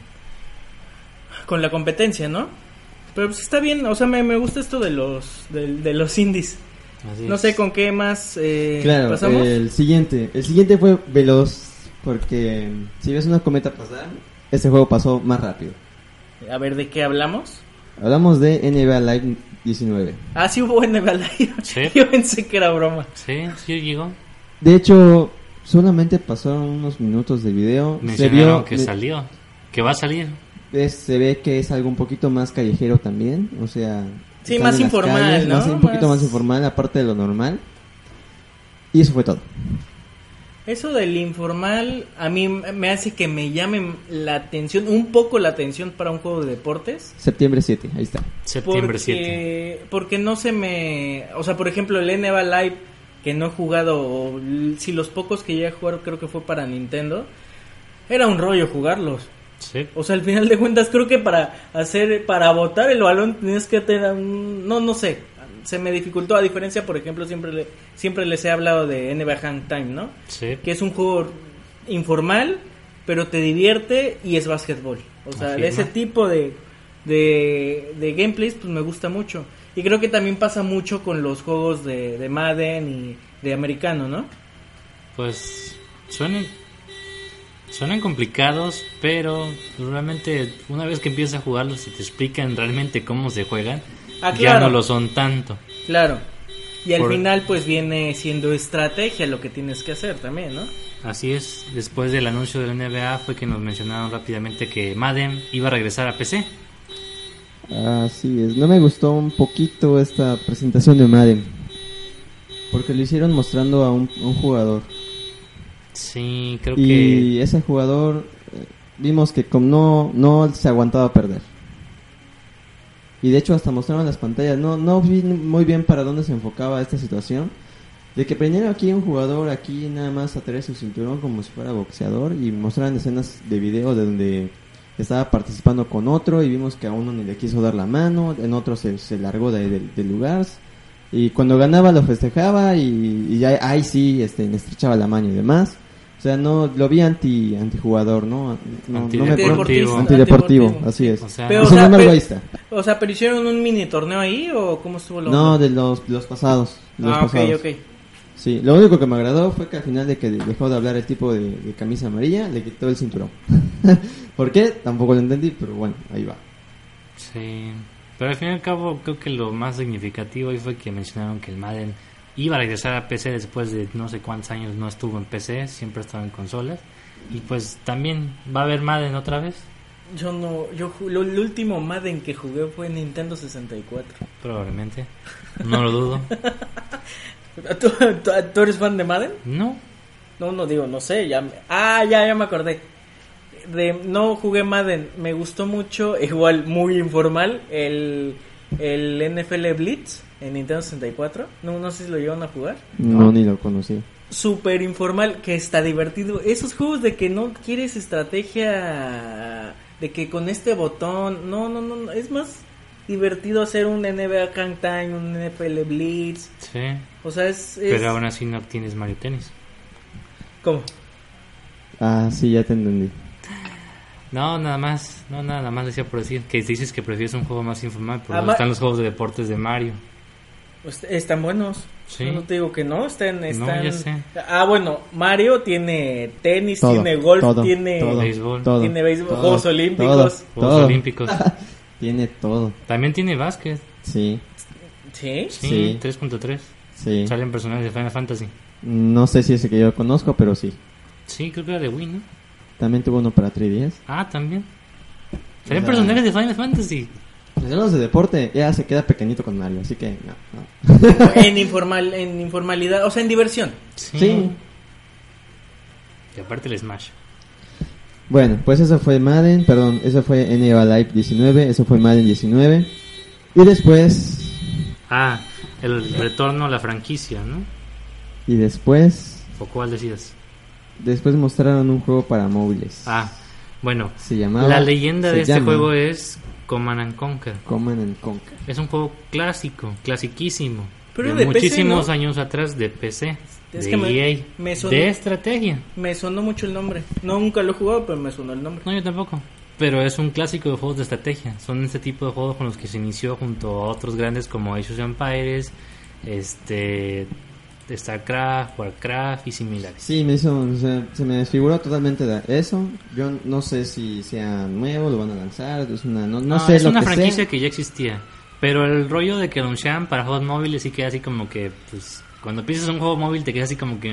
la competencia, ¿no? Pero pues está bien, o sea, me gusta esto de los indies. No sé con qué más pasamos. El siguiente fue veloz, porque si ves una cometa pasar, este juego pasó más rápido. A ver, ¿de qué hablamos? Hablamos de NBA Live 19. Sí hubo NBA Live. ¿Sí? Yo pensé que era broma. Sí llegó. De hecho, solamente pasaron unos minutos de video. Mencionaron que salió, que va a salir. Se ve que es algo un poquito más callejero también, o sea... Sí, más informal, calles, ¿no? Un poquito más informal, aparte de lo normal. Y eso fue todo. Eso del informal a mí me hace que me llame un poco la atención para un juego de deportes. Septiembre 7, ahí está. Septiembre 7. Porque no se me... O sea, por ejemplo, el NBA Live, que no he jugado, si los pocos que llegué a jugar creo que fue para Nintendo, era un rollo jugarlos. Sí. O sea, al final de cuentas creo que para botar el balón tenías que tener no sé, se me dificultó, a diferencia, por ejemplo, siempre les he hablado de NBA Hang Time, ¿no? Sí. Que es un juego informal, pero te divierte y es básquetbol. O sea, ese tipo de gameplays pues me gusta mucho. Y creo que también pasa mucho con los juegos de Madden y de americano, ¿no? Pues suenan complicados, pero realmente una vez que empiezas a jugarlos y te explican realmente cómo se juegan, ya no lo son tanto. Claro. Y al final pues viene siendo estrategia lo que tienes que hacer también, ¿no? Así es. Después del anuncio de la NBA fue que nos mencionaron rápidamente que Madden iba a regresar a PC. Así es. No me gustó un poquito esta presentación de Madden, porque lo hicieron mostrando a un jugador. Sí, creo y ese jugador vimos que como no se aguantaba a perder. Y de hecho hasta mostraron las pantallas. No vi muy bien para dónde se enfocaba esta situación. De que primero aquí un jugador aquí nada más atrae su cinturón como si fuera boxeador, y mostraron escenas de video de donde estaba participando con otro y vimos que a uno ni le quiso dar la mano, en otro se largó del lugar, y cuando ganaba lo festejaba y ahí sí le estrechaba la mano y demás. O sea, no lo vi antijugador, ¿no? Antideportivo, así es. O sea, pero hicieron un mini torneo ahí, ¿o cómo estuvo lo No, de los pasados. Okay. Sí, lo único que me agradó fue que al final de que dejó de hablar el tipo de camisa amarilla, le quitó el cinturón. ¿Por qué? Tampoco lo entendí, pero bueno, ahí va. Sí, pero al fin y al cabo creo que lo más significativo ahí fue que mencionaron que el Madden iba a regresar a PC después de no sé cuántos años no estuvo en PC, siempre estaba en consolas. Y pues también va a haber Madden otra vez. El último Madden que jugué fue en Nintendo 64. Probablemente, no lo dudo. ¿Tú eres fan de Madden? No. No digo, no sé, ya me acordé. No jugué Madden, me gustó mucho, igual muy informal, el NFL Blitz en Nintendo 64. No sé si lo llevan a jugar. No, ni lo conocí. Súper informal, que está divertido. Esos juegos de que no quieres estrategia, de que con este botón, no, es más divertido hacer un NBA Hang Time, un NFL Blitz. Sí. O sea, es... Pero aún así no tienes Mario Tennis. ¿Cómo? Sí, ya te entendí. No, nada más decía por decir que dices que prefieres un juego más informal, pero están los juegos de deportes de Mario. Pues están buenos. Sí. No te digo que no, están... No, ya sé. Bueno, Mario tiene tenis, todo, tiene golf, todo, tiene béisbol, tiene béisbol, todo, Juegos Olímpicos. Juegos Olímpicos. Tiene todo. También tiene básquet. Sí. ¿Sí? Sí, 3.3. Sí. Salen personajes de Final Fantasy. No sé si es el que yo conozco, pero sí. Sí, creo que era de Wii, ¿no? También tuvo uno para 3DS. Ah, también. Salen personajes de Final Fantasy. Los juegos de deporte ya se queda pequeñito con Mario, así que no. en informalidad, o sea, en diversión. Sí. Y aparte el Smash. Bueno, pues eso fue Madden, perdón, eso fue NBA Live 19, eso fue Madden 19. Y después... el retorno a la franquicia, ¿no? Y después... ¿O cuál decías? Después mostraron un juego para móviles. Bueno. Se llamaba... La leyenda de este juego es Command and Conquer. Command and Conquer. Es un juego clásico, clasiquísimo. Pero de PC, muchísimos ¿no? años atrás de PC. Es de que EA. me sonó, de estrategia. Me sonó mucho el nombre. Nunca lo he jugado, pero me sonó el nombre. No, yo tampoco. Pero es un clásico de juegos de estrategia. Son ese tipo de juegos con los que se inició junto a otros grandes como Age of Empires, StarCraft, Warcraft y similares. Sí, se me desfiguró totalmente eso. Yo no sé si sea nuevo, lo van a lanzar, es no sé es lo una que franquicia sea. que ya existía. Pero el rollo de que lo anunciaban para juegos móviles sí queda así como que, pues, cuando piensas un juego móvil te queda así como que...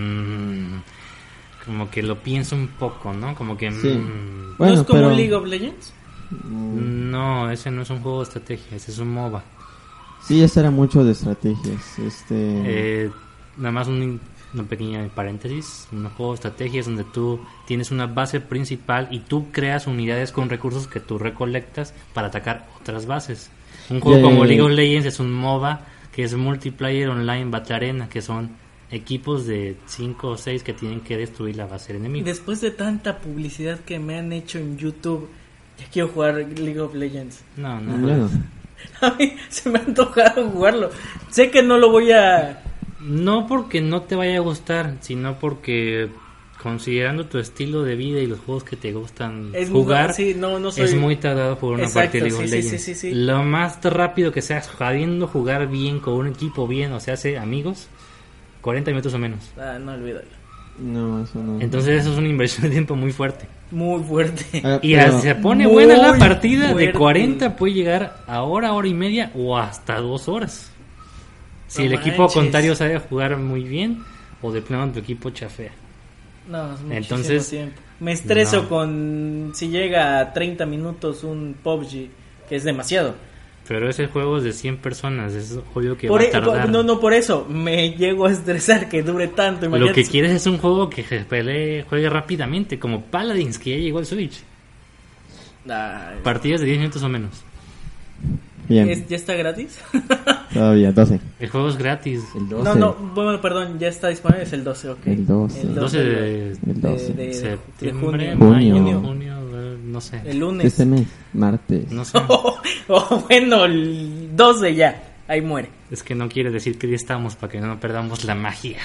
como que lo pienso un poco, ¿no? Como que... Sí. Bueno, ¿no es como League of Legends? No, ese no es un juego de estrategia, ese es un MOBA. Sí, ese era mucho de estrategias. Nada más una pequeña paréntesis. Un juego de estrategia es donde tú tienes una base principal y tú creas unidades con recursos que tú recolectas para atacar otras bases. Un juego como League of Legends es un MOBA que es Multiplayer Online Battle Arena, que son equipos de 5 o 6 que tienen que destruir la base del enemigo. Después de tanta publicidad que me han hecho en YouTube, ya quiero jugar League of Legends. No. A mí se me ha antojado jugarlo. Sé que no lo voy a... No porque no te vaya a gustar, sino porque considerando tu estilo de vida y los juegos que te gustan jugar, es muy tardado jugar una partida de League of Legends. Sí. Lo más rápido que seas jodiendo jugar bien con un equipo bien, o sea, hace amigos, 40 minutos o menos. No, olvídalo. No, eso no. Entonces eso es una inversión de tiempo muy fuerte. Muy fuerte. Y se pone buena la partida, de 40 puede llegar a hora y media o hasta 2 horas. Si el equipo contrario sabe jugar muy bien o de plano tu equipo chafea. No, es muchísimo Entonces, tiempo. Me estreso con si llega a 30 minutos un PUBG, que es demasiado. Pero ese juego es de 100 personas, es obvio que va a tardar. No, por eso me llego a estresar que dure tanto. Lo que quieres es un juego que se juegue rápidamente, como Paladins, que ya llegó al Switch. Partidas de 10 minutos o menos. Bien. ¿Ya está gratis? Todavía, 12. El juego es gratis. El 12. Bueno, perdón, ya está disponible, es el 12, ok. El 12. El 12 de septiembre, junio, no sé. El lunes. Este mes, martes. No sé. Bueno, el 12 ya, ahí muere. Es que no quiere decir que ya estamos para que no perdamos la magia.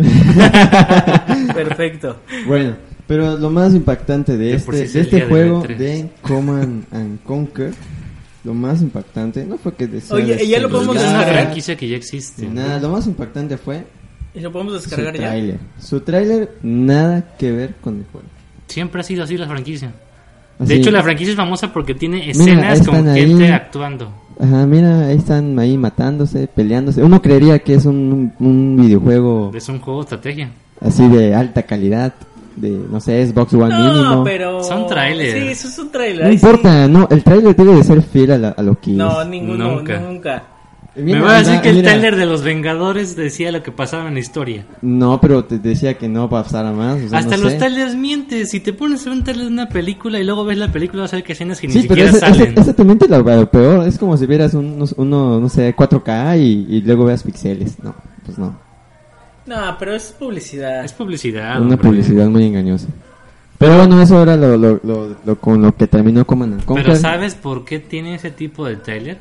Perfecto. Bueno, pero lo más impactante de este juego de Command and Conquer, lo más impactante no fue que Oye, ya lo podemos descargar. Es una franquicia que ya existe. Nada, lo más impactante fue ¿y lo podemos descargar su tráiler. Su tráiler nada que ver con el juego. Siempre ha sido así la franquicia. Así. De hecho, la franquicia es famosa porque tiene escenas con gente ahí actuando. Ajá, mira, ahí están ahí matándose, peleándose. Uno creería que es un videojuego. Es un juego de estrategia. Así de alta calidad. De, no sé, Xbox One mínimo. Pero... son trailers. Sí, eso es un trailer. No importa, no, el trailer debe de ser fiel a lo que no, es. Nunca. Me va a decir que el trailer de los Vengadores decía lo que pasaba en la historia. No, pero te decía que no pasara más. O sea, hasta no los sé. trailers mientes. Si te pones a ver un trailer de una película y luego ves la película, vas a ver que escenas que sí, ni siquiera salen. Ese también te lo peor. Es como si vieras no sé, 4K y luego veas pixeles. No, pues no. No, pero es publicidad. Es publicidad. Una hombre. publicidad muy engañosa. Pero bueno, eso era lo con lo que terminó Command & Conquer. Pero ¿sabes por qué tiene ese tipo de trailer?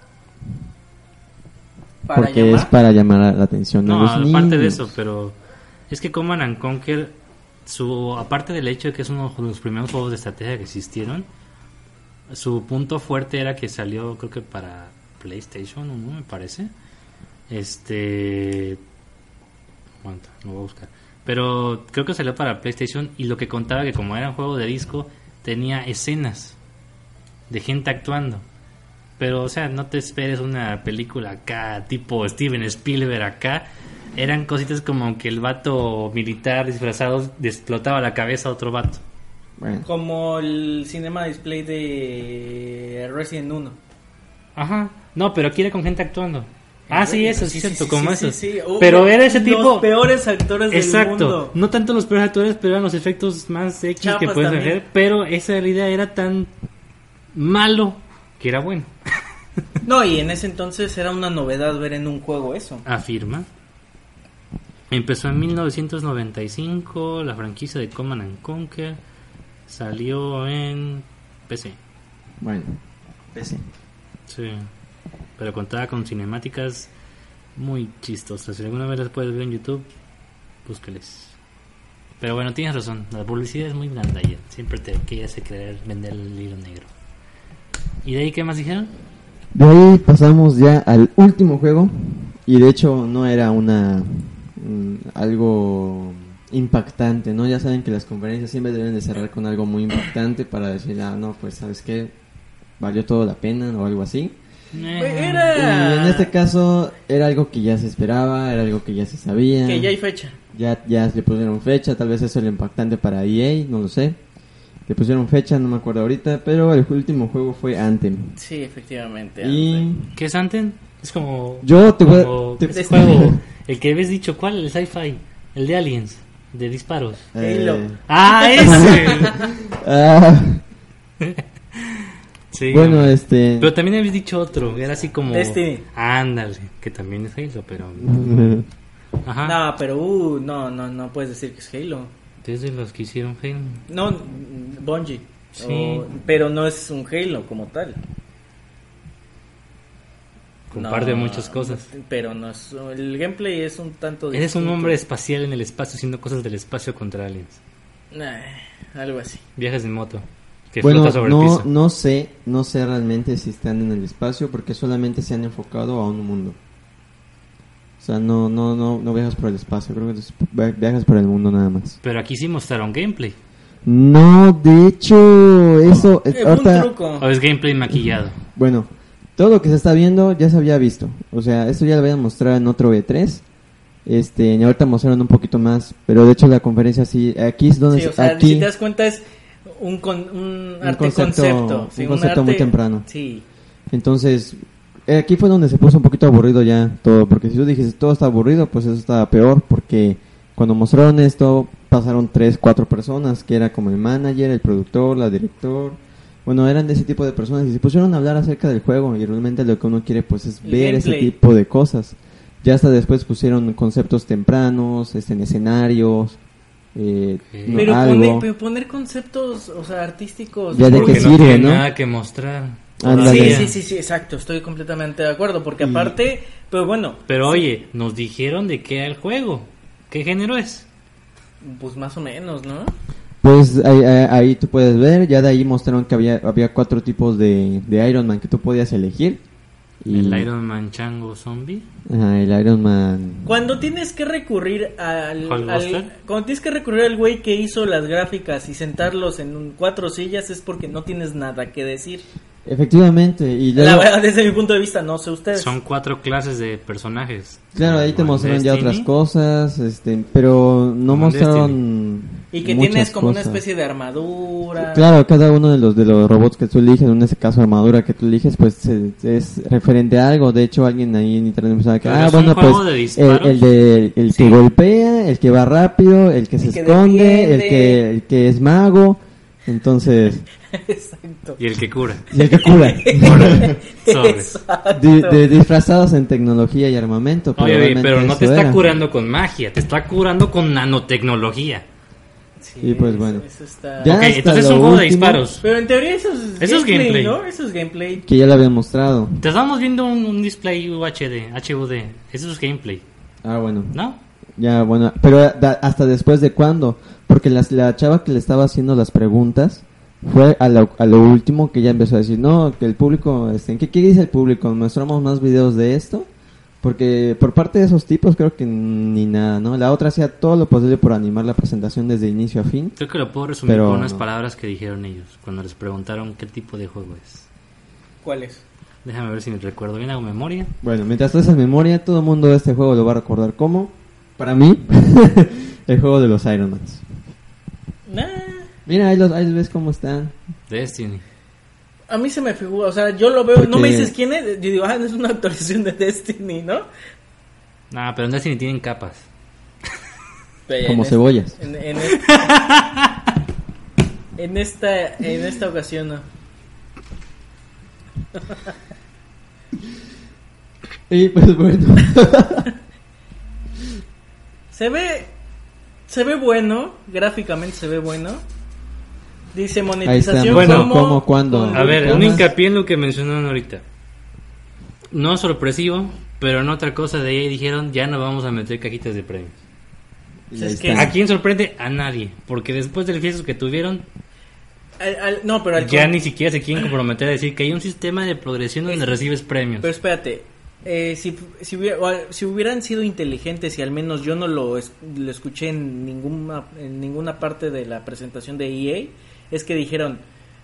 Porque es para llamar la atención a los niños. No, aparte de eso, pero es que Command & Conquer, aparte del hecho de que es uno de los primeros juegos de estrategia que existieron, su punto fuerte era que salió, creo que para PlayStation 1, me parece. Aguanta, lo voy a buscar. Pero creo que salió para PlayStation y lo que contaba que como era un juego de disco tenía escenas de gente actuando. Pero, o sea, no te esperes una película acá tipo Steven Spielberg acá. Eran cositas como que el vato militar disfrazado explotaba la cabeza a otro vato. Bueno. Como el cinema display de Resident 1. Ajá. No, pero aquí era con gente actuando. Ah, sí, eso, sí, cierto, como eso. Sí. Pero era ese tipo... Los peores actores del mundo. Exacto. No tanto los peores actores, pero eran los efectos más X chapas que puedes hacer. Pero esa idea era tan malo que era bueno. No, y en ese entonces era una novedad ver en un juego eso. Afirma. Empezó en 1995, la franquicia de Command and Conquer. Salió en PC. Bueno, PC. Sí. Pero contaba con cinemáticas muy chistosas. Si alguna vez las puedes ver en YouTube, búscales. Pero bueno, tienes razón. La publicidad es muy blanda ya. Siempre te quiere hacer creer vender el hilo negro. ¿Y de ahí qué más dijeron? De ahí pasamos ya al último juego. Y de hecho no era algo impactante, ¿no? Ya saben que las conferencias siempre deben de cerrar con algo muy impactante para decir, no, pues ¿sabes qué? Valió todo la pena o algo así. Y en este caso era algo que ya se esperaba, era algo que ya se sabía. Que ya hay fecha. Ya le pusieron fecha, tal vez eso es lo impactante para EA, no lo sé. Le pusieron fecha, no me acuerdo ahorita, pero el último juego fue Anthem. Sí, efectivamente. ¿Qué es Anthem? Es como... Yo te voy juego, el que habías dicho, ¿cuál? El sci-fi, el de Aliens, de disparos. Halo. Ese. Sí, bueno, pero también habéis dicho otro, era así como Destiny. Ándale, que también es Halo, pero ajá. No, pero no puedes decir que es Halo. Desde los que hicieron Halo. No, Bungie. Sí. Pero no es un Halo como tal. Comparte muchas cosas. Pero no es, el gameplay es un tanto distinto. Eres un hombre espacial en el espacio haciendo cosas del espacio contra aliens. Algo así. Viajes en moto. Bueno, no sé realmente si están en el espacio porque solamente se han enfocado a un mundo. O sea, no viajas por el espacio, creo que viajas por el mundo nada más. Pero aquí sí mostraron gameplay. No, de hecho, eso es un truco. O es gameplay maquillado. Bueno, todo lo que se está viendo ya se había visto. O sea, esto ya lo habían mostrado en otro E3. Y ahorita mostraron un poquito más, pero de hecho la conferencia sí, aquí es donde sí, o sea, aquí, si te das cuenta es un concepto muy temprano. Sí. Entonces, aquí fue donde se puso un poquito aburrido ya todo, porque si tú dijiste todo está aburrido, pues eso estaba peor, porque cuando mostraron esto pasaron 3-4 personas, que era como el manager, el productor, la director, bueno, eran de ese tipo de personas y se pusieron a hablar acerca del juego y realmente lo que uno quiere pues es ver gameplay. Ese tipo de cosas. Ya hasta después pusieron conceptos tempranos, en escenarios. Pero poner conceptos, o sea, artísticos. Ya de que sirve, no nada que mostrar. Sí, exacto, estoy completamente de acuerdo, porque aparte, pero bueno. Pero oye, nos dijeron de qué era el juego, ¿qué género es? Pues más o menos, ¿no? Pues ahí tú puedes ver, ya de ahí mostraron que había 4 tipos de Iron Man que tú podías elegir. ¿El Iron Man chango zombie? Ajá, el Iron Man... Cuando tienes que recurrir cuando tienes que recurrir al güey que hizo las gráficas y sentarlos en 4 sillas es porque no tienes nada que decir. Efectivamente. Y luego, la verdad, desde mi punto de vista, no sé ustedes. Son 4 clases de personajes. Claro, ahí te mostraron ya otras cosas, pero no mostraron... Y que tienes como una especie de armadura. Claro, cada uno de los robots que tú eliges, en ese caso armadura que tú eliges, pues es referente a algo. De hecho, alguien ahí en internet pensaba que bueno, pues el que golpea, el que va rápido, el que se esconde, el que es mago. Entonces, exacto. Y el que cura. Disfrazados en tecnología y armamento. Oye, pero no te está curando con magia, te está curando con nanotecnología. Sí, y pues bueno. Eso está... entonces es un juego de disparos. Pero en teoría eso es gameplay, ¿no? Eso es gameplay. Que ya lo habían mostrado. Te estamos viendo un display HUD. Eso es gameplay. Ah, bueno. ¿No? Ya, bueno. Pero hasta después de cuándo. Porque la chava que le estaba haciendo las preguntas fue a lo último que ya empezó a decir, no, que el público, ¿qué dice el público? ¿Mostramos más videos de esto? Porque por parte de esos tipos creo que ni nada, ¿no? La otra hacía todo lo posible por animar la presentación desde inicio a fin. Creo que lo puedo resumir con unas palabras que dijeron ellos cuando les preguntaron qué tipo de juego es. ¿Cuál es? Déjame ver si me recuerdo bien, hago memoria. Bueno, mientras tú haces memoria, todo el mundo de este juego lo va a recordar como, para mí, el juego de los Iron Mans. Mira, ahí los ves cómo están. Destiny. A mí se me figura, o sea, yo lo veo, porque... no me dices quién es, yo digo, es una actualización de Destiny, ¿no? No, pero en Destiny tienen capas. Como cebollas. En esta ocasión no. Y pues bueno. Se ve bueno, gráficamente se ve bueno. Dice monetización. Bueno, ¿cómo, cuándo? A ver, un hincapié en lo que mencionaron ahorita. No sorpresivo, pero en otra cosa de ahí dijeron, ya no vamos a meter cajitas de premios. ¿A quién sorprende? A nadie, porque después del fiasco que tuvieron, ya ni siquiera se quieren comprometer a decir que hay un sistema de progresión donde recibes premios. Pero espérate, si hubieran sido inteligentes y al menos yo no lo escuché en ninguna parte de la presentación de EA, es que dijeran,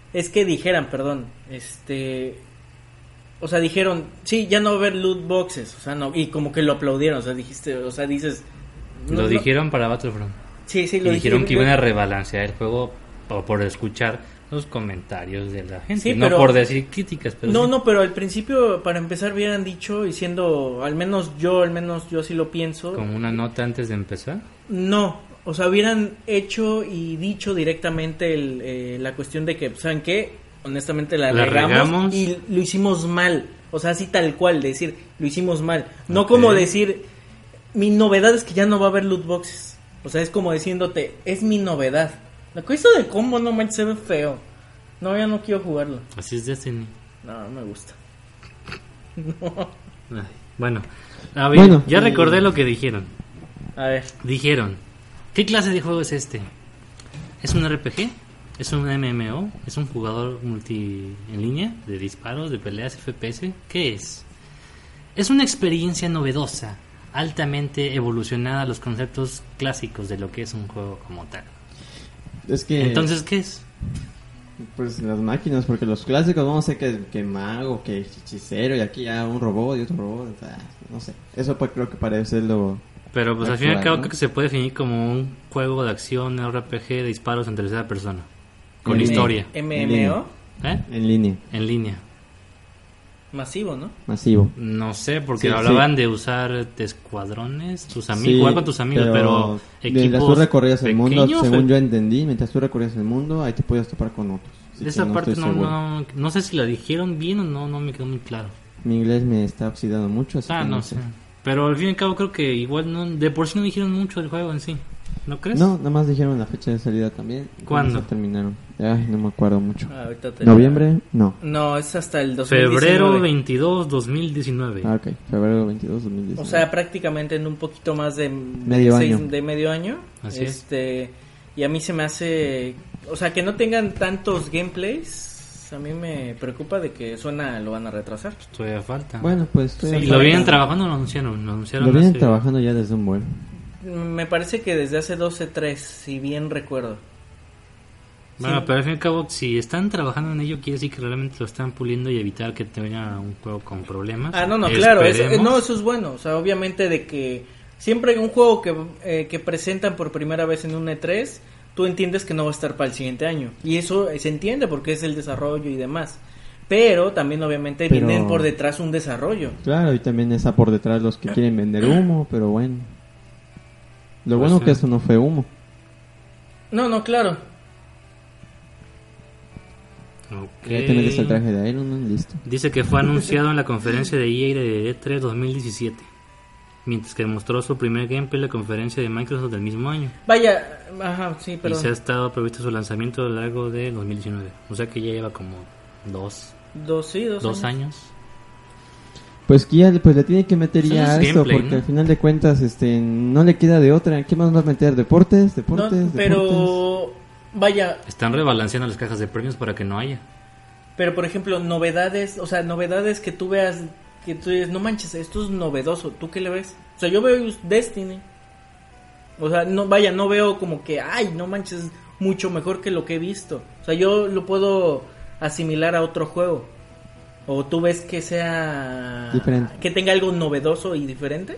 o sea, dijeron, sí, ya no va a haber loot boxes, o sea, no, y como que lo aplaudieron, o sea, dices... Lo dijeron para Battlefront. Sí, lo dijeron que iban a rebalancear el juego por escuchar los comentarios de la gente, sí, no por decir críticas. Pero no, pero al principio, para empezar, hubieran dicho, y siendo, al menos yo así lo pienso... ¿Como una nota antes de empezar? No, o sea, hubieran hecho y dicho directamente la cuestión de que, ¿saben qué? Honestamente la regamos y lo hicimos mal. O sea, así tal cual, decir, lo hicimos mal. No como decir, mi novedad es que ya no va a haber loot boxes. O sea, es como diciéndote, es mi novedad. La cosa de combo no manches, se ve feo. No, ya no quiero jugarlo. Así es Destiny. No me gusta. No. Bueno, a ver, ya recordé lo que dijeron. A ver. Dijeron, ¿qué clase de juego es este? ¿Es un RPG? ¿Es un MMO? ¿Es un jugador en línea? ¿De disparos, de peleas, FPS? ¿Qué es? Es una experiencia novedosa, altamente evolucionada a los conceptos clásicos de lo que es un juego como tal. Entonces, ¿qué es? Pues las máquinas, porque los clásicos vamos a ser que mago, que hechicero, y aquí ya un robot y otro robot, o sea, no sé. Eso pues creo que parece lo... Pero pues al fin y al cabo creo que se puede definir como un juego de acción, RPG de disparos en tercera persona. Con historia. ¿MMO? En línea. En línea. Masivo, ¿no? Masivo. No sé, porque hablaban de usar escuadrones, tus amigos, jugar con tus amigos, pero equipos mientras tú recorrías el mundo, según yo entendí, mientras tú recorrías el mundo, ahí te podías topar con otros. Esa parte no sé si la dijeron bien o no me quedó muy claro. Mi inglés me está oxidando mucho, así que no sé. Pero al fin y al cabo creo que igual de por sí no dijeron mucho del juego en sí. ¿No crees? No, nada más dijeron la fecha de salida también. ¿Cuándo? Terminaron. Ay, no me acuerdo mucho. ¿Noviembre? No. No, es hasta el 2019. Febrero 22, 2019. Ah, ok. Febrero 22, 2019. O sea, prácticamente en un poquito más de medio año. Así es. Y a mí se me hace... O sea, que no tengan tantos gameplays... A mí me preocupa de que lo van a retrasar. Todavía falta. Bueno, pues... Sí, ¿lo vienen trabajando o lo anunciaron? Lo vienen trabajando ya desde un buen... Me parece que desde hace 12-3, si bien recuerdo. Bueno, sí. Pero al fin y al cabo, si están trabajando en ello, quiere decir que realmente lo están puliendo y evitar que tenga un juego con problemas. Claro, eso es bueno. O sea, obviamente de que siempre un juego que presentan por primera vez en un E3, tú entiendes que no va a estar para el siguiente año. Y eso se entiende porque es el desarrollo y demás. Pero también obviamente vienen por detrás un desarrollo. Claro, y también está por detrás los que quieren vender humo, pero bueno. Lo bueno que eso no fue humo. No, claro. Ya te metes el traje de Iron Man, listo. Dice que fue anunciado en la conferencia de EA de E3 2017, mientras que mostró su primer gameplay en la conferencia de Microsoft del mismo año. Vaya, sí, perdón. Y se ha estado previsto su lanzamiento a lo largo de 2019. O sea que ya lleva como dos años. Pues que ya le tiene que meter ya a esto, porque al final de cuentas no le queda de otra. ¿Qué más va a meter? ¿Deportes? Pero vaya, están rebalanceando las cajas de premios para que no haya. Pero por ejemplo, novedades que tú veas que tú dices, no manches, esto es novedoso, ¿tú qué le ves? O sea, yo veo Destiny. O sea, no veo como que, ay, no manches, mucho mejor que lo que he visto. O sea, yo lo puedo asimilar a otro juego. ¿O tú ves que sea diferente, que tenga algo novedoso y diferente?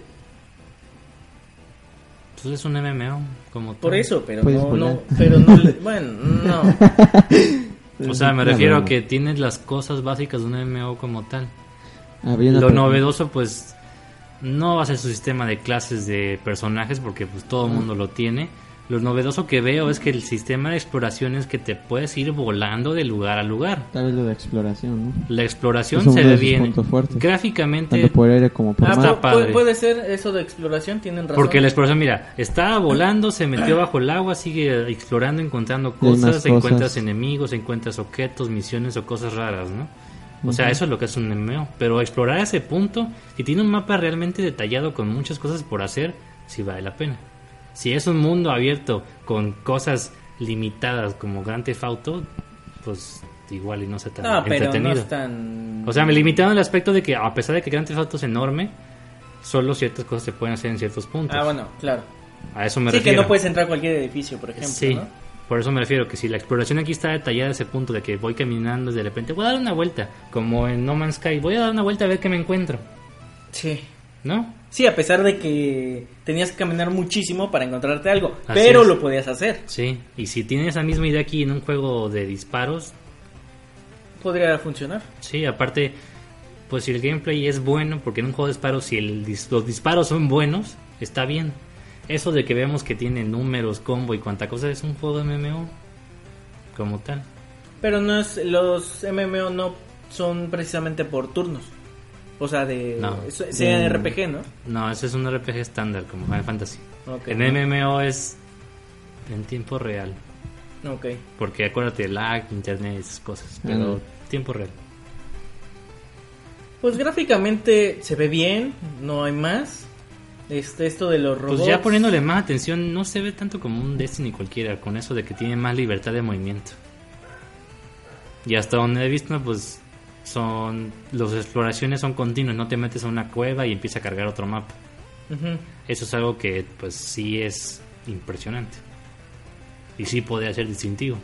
Pues es un MMO como por tal. Eso, pero bueno, no. O sea, me refiero a que tienes las cosas básicas de un MMO como tal. Lo novedoso, pues, no va a ser su sistema de clases de personajes, porque pues todo el mundo lo tiene. Lo novedoso que veo es que el sistema de exploración es que te puedes ir volando de lugar a lugar. Tal vez lo de exploración, ¿no? La exploración se ve bien. Gráficamente tanto por aire como por mar. Está padre. Puede ser eso de exploración, tienen razón. Porque la exploración, mira, está volando, se metió bajo el agua, sigue explorando, encontrando cosas, encuentras enemigos, encuentras objetos, misiones o cosas raras, ¿no? O sea, eso es lo que es un MMO. Pero explorar ese punto, si tiene un mapa realmente detallado con muchas cosas por hacer, sí vale la pena. Si es un mundo abierto con cosas limitadas como Grand Theft Auto, pues igual y no sea tan entretenido. Pero no es tan... O sea, me limitaron el aspecto de que a pesar de que Grand Theft Auto es enorme, solo ciertas cosas se pueden hacer en ciertos puntos. Bueno, claro. A eso me refiero. Sí, que no puedes entrar a cualquier edificio, por ejemplo, sí, ¿no? Por eso me refiero que si la exploración aquí está detallada a ese punto de que voy caminando y de repente voy a dar una vuelta, como en No Man's Sky, voy a dar una vuelta a ver qué me encuentro. Sí. ¿No? Sí, a pesar de que tenías que caminar muchísimo para encontrarte algo, pero lo podías hacer. Sí, y si tienes esa misma idea aquí en un juego de disparos, podría funcionar. Sí, aparte, pues si el gameplay es bueno, porque en un juego de disparos, si los disparos son buenos, está bien. Eso de que vemos que tiene números, combo y cuanta cosa, es un juego de MMO como tal. Pero no es, los MMO no son precisamente por turnos. O sea, sea RPG, ¿no? No, ese es un RPG estándar, como Final Fantasy. Okay. El MMO es en tiempo real. Okay. Porque acuérdate, lag, internet, esas cosas. Pero tiempo real. Pues gráficamente se ve bien, no hay más. Esto de los robots. Pues ya poniéndole más atención, no se ve tanto como un Destiny cualquiera, con eso de que tiene más libertad de movimiento. Y hasta donde he visto, pues las exploraciones son continuas, no te metes a una cueva y empieza a cargar otro mapa. Uh-huh. Eso es algo que pues sí es impresionante. Y sí podría ser distintivo.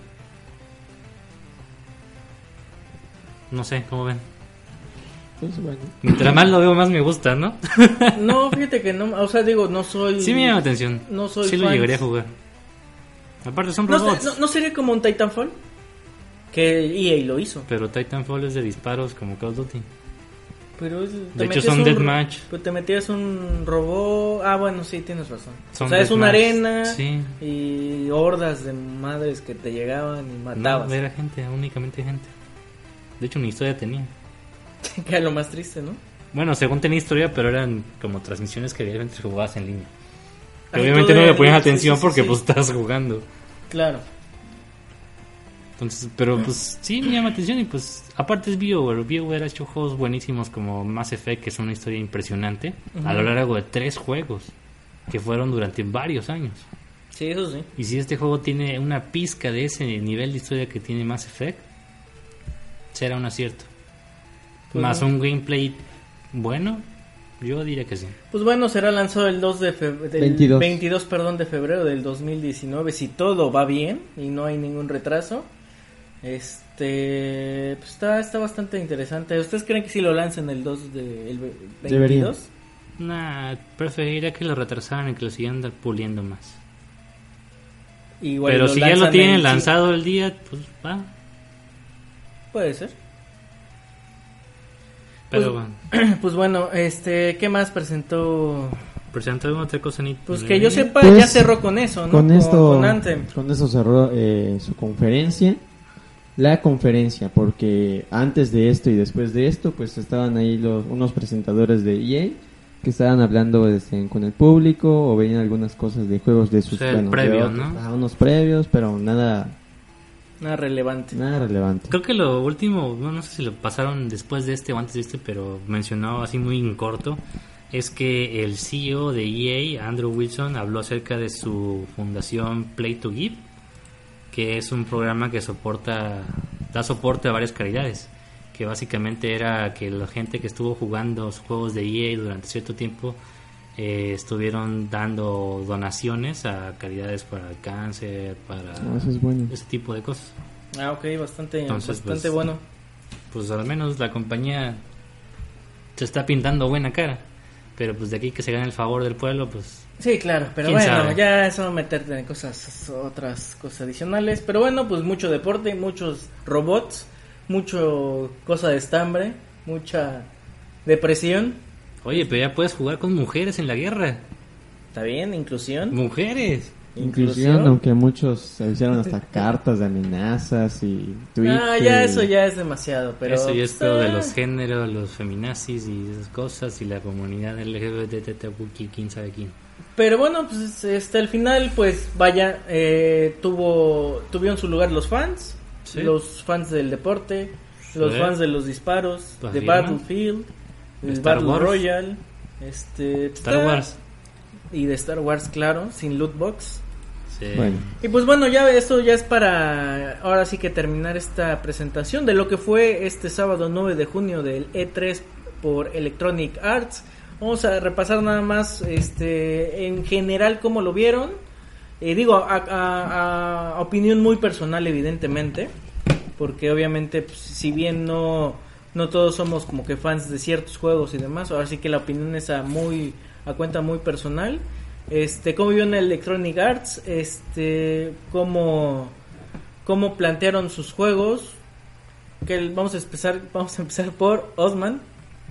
No sé, ¿cómo ven? Pues bueno. Mientras más lo veo, más me gusta, ¿no? No, fíjate que no, o sea, digo, no soy... Sí me llama la atención. No soy sí fans. Lo llegaría a jugar. Aparte son robots. ¿No sería como un Titanfall? Que EA lo hizo. Pero Titanfall es de disparos como Call of Duty. Pero de hecho son deathmatch. Pero te metías un robot. Bueno, sí, tienes razón. Son o sea, es una arena, sí. Y hordas de madres que te llegaban y matabas. No, era gente, únicamente gente. De hecho, ni historia tenía. Que era lo más triste, ¿no? Bueno, según tenía historia, pero eran como transmisiones que evidentemente jugabas en línea. Que obviamente no le ponías atención porque pues estabas jugando. Claro. Entonces, pero pues sí me llama atención y pues aparte es BioWare. BioWare ha hecho juegos buenísimos como Mass Effect, que es una historia impresionante, a lo largo de 3 juegos que fueron durante varios años. Sí, eso sí. Y si este juego tiene una pizca de ese nivel de historia que tiene Mass Effect, será un acierto. Pues más un gameplay bueno, yo diría que sí. Pues bueno, será lanzado el 22 de febrero del 2019, si todo va bien y no hay ningún retraso. Pues está bastante interesante. ¿Ustedes creen que si lo lancen el 22? Nah, preferiría que lo retrasaran y que lo siguieran puliendo más. Igual pero si ya lo tienen lanzado el día, pues va. Puede ser. Pero pues bueno, ¿qué más presentó? ¿Presentó alguna otra cosa? Pues que yo sepa, pues, ya cerró con eso, ¿no? Con Anthem. Con eso cerró su conferencia. La conferencia, porque antes de esto y después de esto, pues estaban ahí unos presentadores de EA que estaban hablando con el público o veían algunas cosas de juegos de sus previos, ¿no? Unos previos, pero nada relevante. Nada relevante. Creo que lo último, no sé si lo pasaron después de este o antes de este, pero mencionado así muy en corto, es que el CEO de EA, Andrew Wilson, habló acerca de su fundación Play to Give, que es un programa que da soporte a varias caridades, que básicamente era que la gente que estuvo jugando los juegos de EA durante cierto tiempo estuvieron dando donaciones a caridades para el cáncer, para eso es bueno. ese tipo de cosas. Ok, bastante pues, bueno. Pues al menos la compañía se está pintando buena cara, pero pues de aquí que se gane el favor del pueblo, pues... Sí, claro, pero bueno, sabe? Ya eso meterte en otras cosas adicionales. Pero bueno, pues mucho deporte, muchos robots, mucho cosa de estambre, mucha depresión. Oye, pero ya puedes jugar con mujeres en la guerra. Está bien, inclusión. Mujeres. Inclusión, aunque muchos se hicieron hasta cartas de amenazas y tweets. Ya eso ya es demasiado, pero... Eso ya es todo de los géneros, los feminazis y esas cosas, y la comunidad LGBT, quién sabe quién. Pero bueno, pues al final, pues vaya, tuvieron su lugar los fans, ¿sí? Los fans del deporte, ¿sí? Los fans de los disparos, de Battlefield, el Battle Royale, Star Wars. Y de Star Wars, claro, sin loot box. Sí. Bueno. Y pues bueno, ya esto ya es para ahora sí que terminar esta presentación de lo que fue este sábado 9 de junio del E3 por Electronic Arts. Vamos a repasar nada más en general cómo lo vieron. Digo, a opinión muy personal, evidentemente, porque obviamente pues, si bien no todos somos como que fans de ciertos juegos y demás, ahora sí que la opinión es a cuenta muy personal. Cómo vieron Electronic Arts, cómo plantearon sus juegos. Que vamos a empezar por Osman.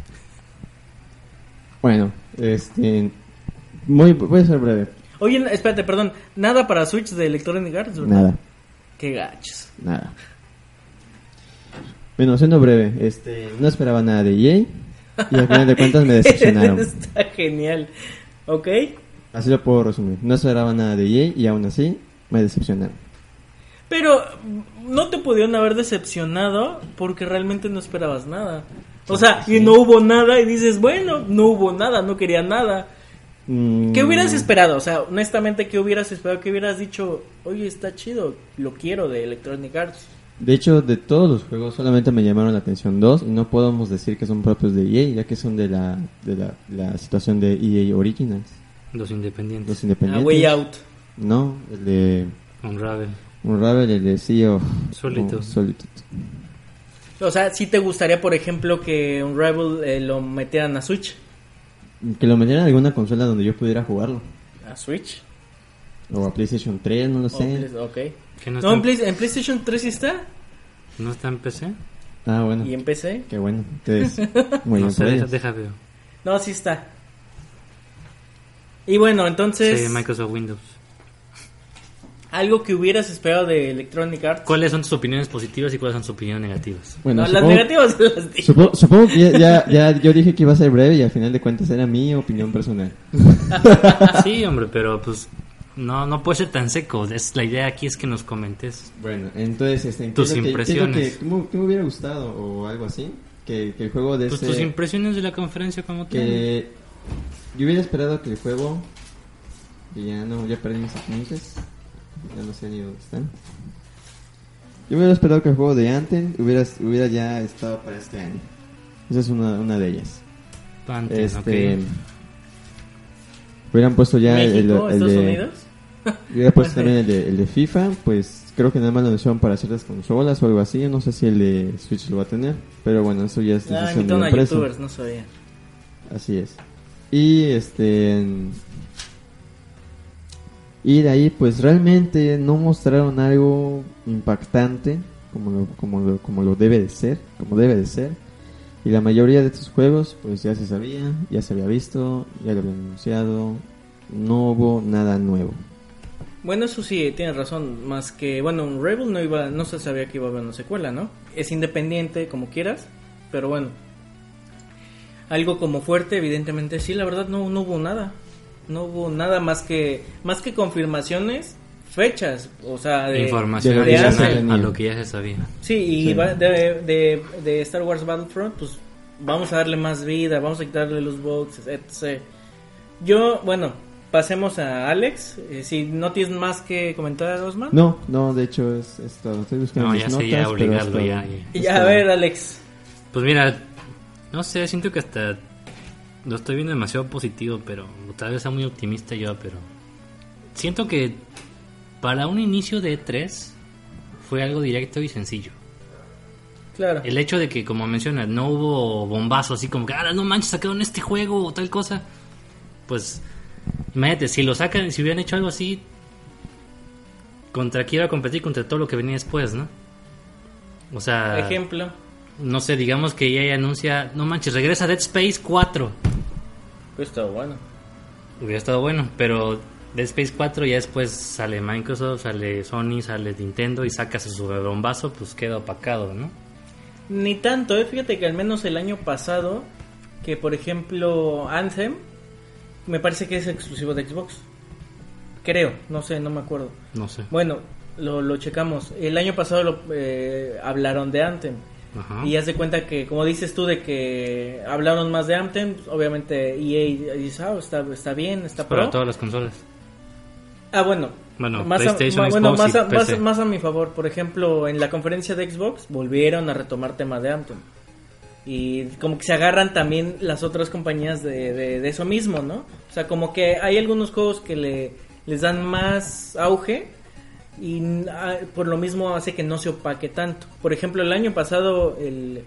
Bueno, voy a ser breve. Oye, espérate, perdón, nada para Switch de Electronic Arts, ¿verdad? Nada. Qué gachos. Nada. Bueno, siendo breve, no esperaba nada de EA y al final de cuentas me decepcionaron. Está genial. ¿Ok? Así lo puedo resumir. No esperaba nada de EA y aún así me decepcionaron. Pero no te pudieron haber decepcionado porque realmente no esperabas nada. O sea, sí. Y no hubo nada y dices, bueno, no hubo nada, no quería nada. ¿Qué hubieras esperado? O sea, honestamente, ¿qué hubieras esperado? ¿Qué hubieras dicho? Oye, está chido, lo quiero de Electronic Arts. De hecho, de todos los juegos solamente me llamaron la atención 2 y no podemos decir que son propios de EA, ya que son de la situación de EA Originals. Los independientes. A Way Out. No, el de Unravel, el de Sea of Solitude. O sea, ¿sí te gustaría, por ejemplo, que Unravel lo metieran a Switch? Que lo metieran a alguna consola donde yo pudiera jugarlo. ¿A Switch? O a PlayStation 3, no lo sé. Ok. No, en PlayStation 3 sí está. ¿No está en PC? Ah, bueno. ¿Y en PC? Qué bueno. Entonces, muy no bien. sé, deja veo. No, sí está. Y bueno, entonces... Sí, Microsoft Windows. Algo que hubieras esperado de Electronic Arts. ¿Cuáles son tus opiniones positivas y cuáles son tus opiniones negativas? Bueno, no, las negativas las digo. Supongo que ya yo dije que iba a ser breve y al final de cuentas era mi opinión personal. Sí, hombre, pero pues no puede ser tan seco. La idea aquí es que nos comentes. Bueno, entonces tus impresiones. ¿Qué me hubiera gustado o algo así? Que el juego de pues tus impresiones de la conferencia como tal. Que yo hubiera esperado que el juego... Ya perdí mis apuntes. Ya no sé ni dónde están. Yo hubiera esperado que el juego de Anthem hubiera ya estado para este año. Esa es una de ellas. Anthem, okay. Hubieran puesto ya México, el Estados de... Unidos. Hubiera puesto también el de FIFA. Pues creo que nada más lo anunciaron para ciertas consolas o algo así. Yo no sé si el de Switch lo va a tener. Pero bueno, eso ya es decisión de la empresa. YouTubers, no sabía. Así es. Y Y de ahí pues realmente no mostraron algo impactante como lo debe de ser, y la mayoría de estos juegos pues ya se sabía, ya se había visto, ya lo habían anunciado, no hubo nada nuevo. Bueno, eso sí, tienes razón, más que, bueno, Unravel no se sabía que iba a haber una secuela, ¿no? Es independiente, como quieras, pero bueno, algo como fuerte, evidentemente sí, la verdad no hubo nada. No hubo nada más que confirmaciones, fechas, o sea, de información adicional a lo que ya se sabía. Sí, y sí. De Star Wars Battlefront, pues vamos a darle más vida, vamos a quitarle los bugs, etc. Pasemos a Alex. Si no tienes más que comentar, Osman. No, de hecho es todo. Estoy buscando mis notas, sería obligarlo ya. A ver, Alex. Pues mira, no sé, siento que hasta lo estoy viendo demasiado positivo, pero tal vez sea muy optimista yo, pero siento que para un inicio de E3 fue algo directo y sencillo. Claro. El hecho de que, como mencionas, no hubo bombazo así como que, no manches, sacaron este juego o tal cosa. Pues, imagínate, si lo sacan, si hubieran hecho algo así, ¿contra quién iba a competir? Contra todo lo que venía después, ¿no? O sea... Ejemplo. No sé, digamos que EA anuncia, no manches, regresa Dead Space 4. Hubiera estado bueno. Hubiera estado bueno, pero Dead Space 4 ya después sale Microsoft, sale Sony, sale Nintendo y sacas su bombazo, pues queda opacado, ¿no? Ni tanto, fíjate que al menos el año pasado, que por ejemplo Anthem, me parece que es exclusivo de Xbox. Creo, no sé, no me acuerdo. No sé. Bueno, lo checamos. El año pasado hablaron de Anthem. Ajá. Y haz de cuenta que, como dices tú, de que hablaron más de Anthem, obviamente EA dice, está bien, está pro. Para todas las consolas. Bueno, más PlayStation, Xbox más a mi favor. Por ejemplo, en la conferencia de Xbox volvieron a retomar tema de Anthem. Y como que se agarran también las otras compañías de eso mismo, ¿no? O sea, como que hay algunos juegos que les dan más auge y por lo mismo hace que no se opaque tanto. Por ejemplo, el año pasado en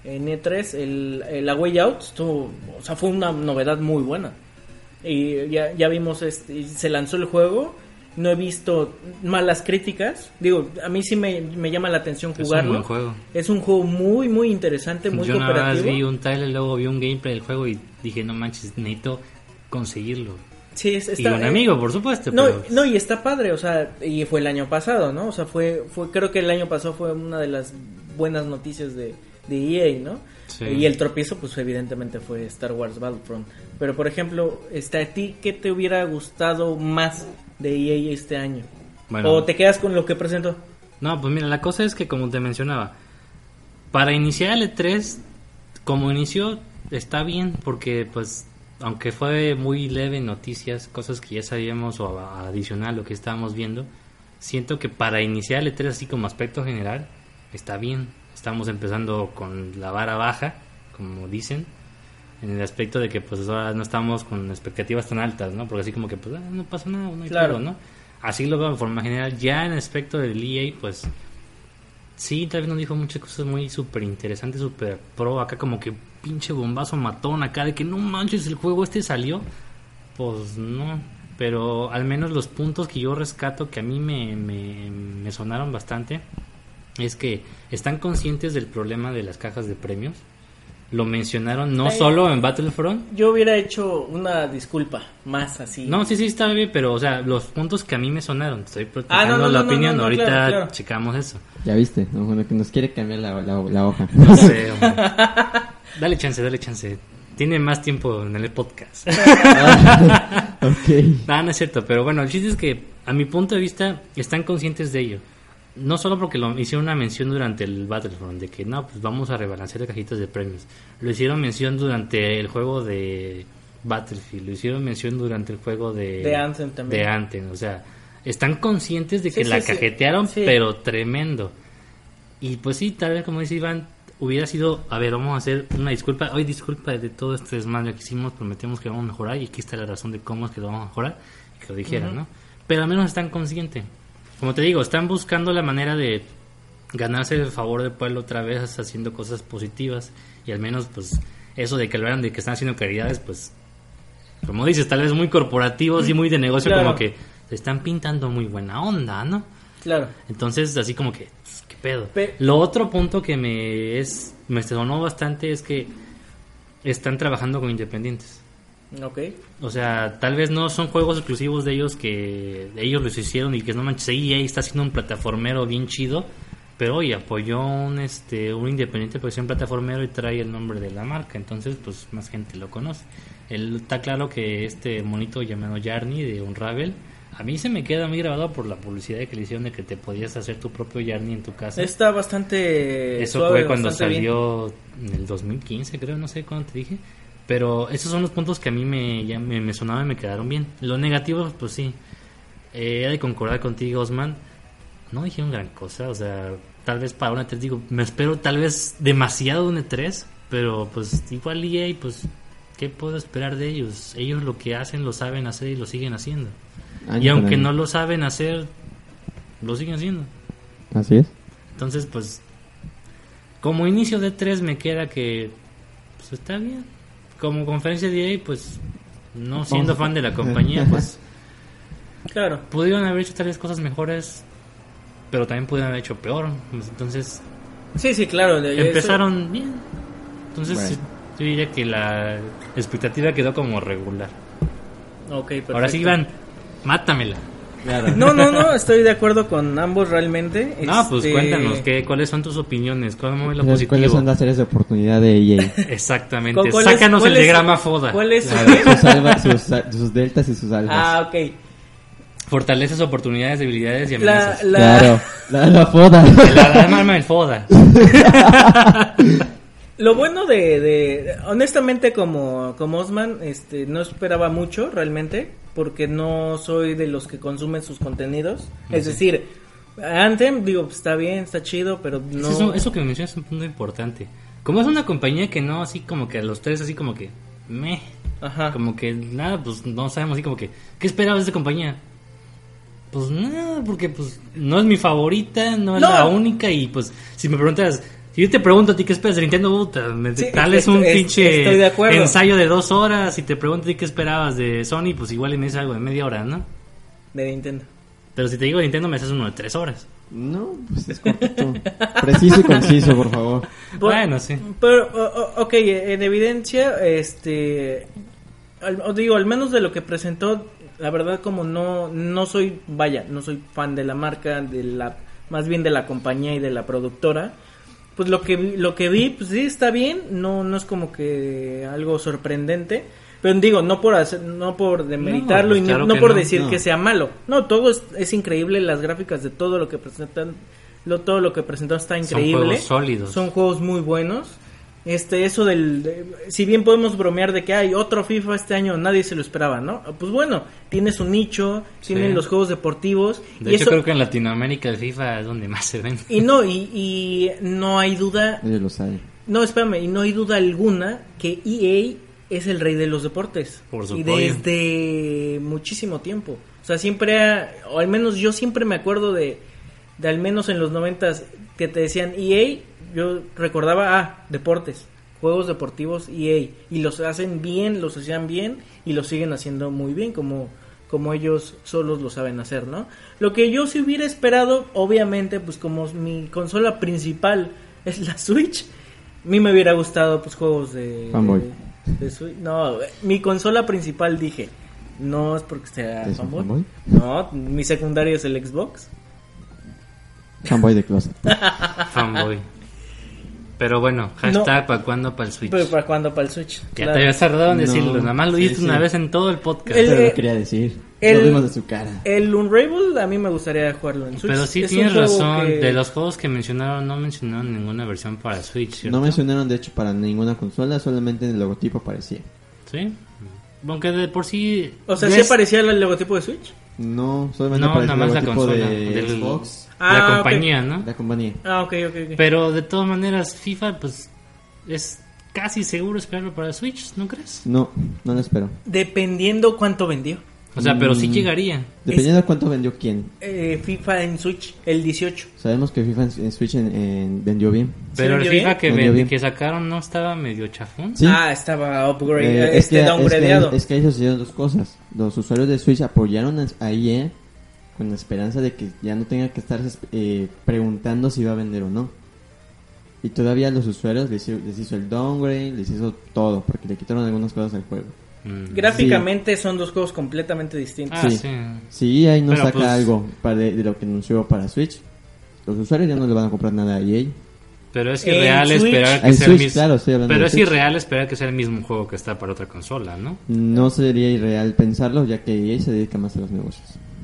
E3 la Way Out fue una novedad muy buena. Y ya vimos, se lanzó el juego. No he visto malas críticas. Digo, a mí sí me llama la atención jugarlo. Es un buen juego. Es un juego muy, muy interesante, muy cooperativo. Yo nada más vi un trailer, luego vi un gameplay del juego y dije, no manches, necesito conseguirlo. Sí, y un amigo, por supuesto. No, y está padre, o sea, y fue el año pasado, ¿no? O sea, creo que el año pasado fue una de las buenas noticias de EA, ¿no? Sí. Y el tropiezo, pues evidentemente fue Star Wars Battlefront. Pero, por ejemplo, ¿a ti qué te hubiera gustado más de EA este año? Bueno, ¿o te quedas con lo que presentó? No, pues mira, la cosa es que, como te mencionaba, para iniciar el E3, como inició, está bien, porque pues aunque fue muy leve en noticias, cosas que ya sabíamos o adicional a lo que estábamos viendo, siento que para iniciar el E3 así como aspecto general, está bien. Estamos empezando con la vara baja, como dicen, en el aspecto de que pues ahora no estamos con expectativas tan altas, ¿no? Porque así como que pues no pasa nada, no hay claro, ¿no? Así lo veo de forma general. Ya en el aspecto del EA, pues sí, tal vez nos dijo muchas cosas muy súper interesantes, súper pro, acá como que pinche bombazo matón acá de que no manches, el juego salió. Pues no, pero al menos los puntos que yo rescato que a mí me sonaron bastante es que están conscientes del problema de las cajas de premios. Lo mencionaron no solo en Battlefront. Yo hubiera hecho una disculpa más así. No, sí, está bien, pero o sea, los puntos que a mí me sonaron, estoy protegiendo la opinión, ahorita claro. Checamos eso. Ya viste, ¿no? Bueno, que nos quiere cambiar la hoja. No sé, hombre. Dale chance. Tiene más tiempo en el podcast. Okay. No es cierto, pero bueno, el chiste es que a mi punto de vista están conscientes de ello. No solo porque lo hicieron una mención durante el Battlefront, de que no, pues vamos a rebalancear las cajitas de premios. Lo hicieron mención durante el juego de Battlefield, lo hicieron mención durante el juego de Anthem también. De Anthem, o sea, están conscientes de que la cajetearon, pero tremendo. Y pues sí, tal vez como dice Iván, hubiera sido, a ver, vamos a hacer una disculpa de todo este desmadre que hicimos, prometemos que vamos a mejorar y aquí está la razón de cómo es que lo vamos a mejorar, y que lo dijeran, ¿no? Pero al menos están conscientes. Como te digo, están buscando la manera de ganarse el favor del pueblo otra vez haciendo cosas positivas y al menos pues eso de que lo hagan de que están haciendo caridades, pues como dices, tal vez muy corporativos y muy de negocio, claro. Como que se están pintando muy buena onda, ¿no? Claro. Entonces así como que ¿qué pedo? Lo otro punto que me sonó bastante es que están trabajando con independientes. Okay. O sea, tal vez no son juegos exclusivos de ellos que ellos los hicieron y que no manches, EA está haciendo un plataformero bien chido, pero oye, apoyó un independiente por ser un plataformero y trae el nombre de la marca, entonces pues más gente lo conoce. Está claro que este monito llamado Yarny de Unravel, a mí se me queda muy grabado por la publicidad que le hicieron de que te podías hacer tu propio Yarny en tu casa. Está bastante eso suave, fue cuando salió bien. En el 2015 creo, no sé cuándo te dije. Pero esos son los puntos que a mí me sonaban y me quedaron bien. Los negativos, pues sí. He de concordar contigo, Osman. No dijeron gran cosa. O sea, tal vez para un E3, digo, me espero tal vez demasiado de un E3, pero pues igual EA, pues, ¿qué puedo esperar de ellos? Ellos lo que hacen lo saben hacer y lo siguen haciendo. Y aunque no lo saben hacer, lo siguen haciendo. Así es. Entonces, pues, como inicio de E3 me queda que, pues, está bien. Como conferencia de EA, pues, no siendo fan de la compañía, pues, claro, pudieron haber hecho tal vez cosas mejores, pero también pudieron haber hecho peor. Entonces, sí, claro. Empezaron bien. Entonces, bueno, yo diría que la expectativa quedó como regular. Ok, perfecto. Ahora sí, Iván, mátamela. Claro. No, estoy de acuerdo con ambos realmente. No, pues cuéntanos, ¿cuáles son tus opiniones? ¿Cómo es lo positivo? ¿Cuáles son las áreas de oportunidad de EA? Exactamente, sácanos el diagrama FODA. ¿Cuál es? Sus deltas y sus alfas. Ah, ok. Fortalezas, oportunidades, debilidades y amenazas. Claro, la FODA. El FODA. Lo bueno honestamente como Osman, no esperaba mucho realmente, porque no soy de los que consumen sus contenidos. Es decir, Anthem, digo, pues, está bien, está chido, pero no... Eso que me mencionas es un punto importante. Como es una compañía que no, así como que a los tres, así como que... Ajá. Como que nada, pues no sabemos, así como que... ¿Qué esperabas de esta compañía? Pues nada, porque pues no es mi favorita, no es la única, y pues si me preguntas... Si yo te pregunto a ti qué esperas de Nintendo, tal es un pinche ensayo de 2 horas. Y te pregunto a ti qué esperabas de Sony, pues igual me dices algo de media hora, ¿no? De Nintendo. Pero si te digo de Nintendo, me haces uno de 3 horas. No, pues es correcto. Preciso y conciso, por favor. Bueno, sí. Pero, ok, en evidencia, al menos de lo que presentó, la verdad como no soy fan de la marca, más bien de la compañía y de la productora. Pues lo que vi, pues sí está bien, no es como que algo sorprendente, pero digo, no por demeritarlo, pues claro, y no por decir que sea malo. No, todo es increíble, las gráficas de todo lo que presentan, todo lo que presentó está increíble. Son juegos sólidos. Son juegos muy buenos. Eso si bien podemos bromear de que hay otro FIFA este año, nadie se lo esperaba, ¿no? Pues bueno, tiene su nicho, tienen los juegos deportivos. De hecho, creo que en Latinoamérica el FIFA es donde más se ven. Y no hay duda. Ellos lo saben. No, espérame, y no hay duda alguna que EA es el rey de los deportes. Por supuesto. Y desde muchísimo tiempo. O sea, o al menos yo siempre me acuerdo de al menos en los 90s que te decían EA. Yo recordaba, deportes, juegos deportivos EA, y los hacían bien y lo siguen haciendo muy bien como ellos solos lo saben hacer, ¿no? Lo que yo sí hubiera esperado, obviamente, pues como mi consola principal es la Switch, a mí me hubiera gustado pues juegos de Switch. No, mi consola principal dije, no es porque sea fanboy. No, mi secundario es el Xbox. Fanboy de closet. Fanboy. Pero bueno, hashtag ¿para cuándo para el Switch? Pero ¿para cuándo para el Switch? Ya claro. Te habías tardado en decirlo, nada más lo dijiste una vez en todo el podcast. Pero lo quería decir, lo vimos de su cara. El Unravel a mí me gustaría jugarlo en Switch. Pero sí tienes razón, de los juegos que mencionaron, no mencionaron ninguna versión para Switch, ¿cierto? No mencionaron de hecho para ninguna consola, solamente en el logotipo aparecía. ¿Sí? Aunque de por sí... O sea, ¿sí aparecía el logotipo de Switch? No, solamente aparecía el logotipo la consola, de Xbox. La compañía, ¿no? La compañía. Ok. Pero de todas maneras, FIFA, pues, es casi seguro esperarlo para Switch, ¿no crees? No lo espero. Dependiendo cuánto vendió. O sea, pero sí llegaría. Dependiendo de cuánto vendió quién. FIFA en Switch, el 18. Sabemos que FIFA en Switch vendió bien. Pero el FIFA que sacaron no estaba medio chafón. ¿Sí? Estaba downgradeado. Es que ellos hicieron 2 cosas. Los usuarios de Switch apoyaron a EA con la esperanza de que ya no tenga que estar preguntando si va a vender o no. Y todavía los usuarios les hizo el downgrade, les hizo todo, porque le quitaron algunas cosas al juego. Gráficamente son 2 juegos completamente distintos. Sí, ahí no pero saca algo de lo que anunció para Switch. Los usuarios ya no le van a comprar nada a EA. Pero es irreal esperar que sea el mismo. Claro, pero es irreal esperar que sea el mismo juego que está para otra consola, ¿no? No sería irreal pensarlo, ya que EA se dedica más a los negocios.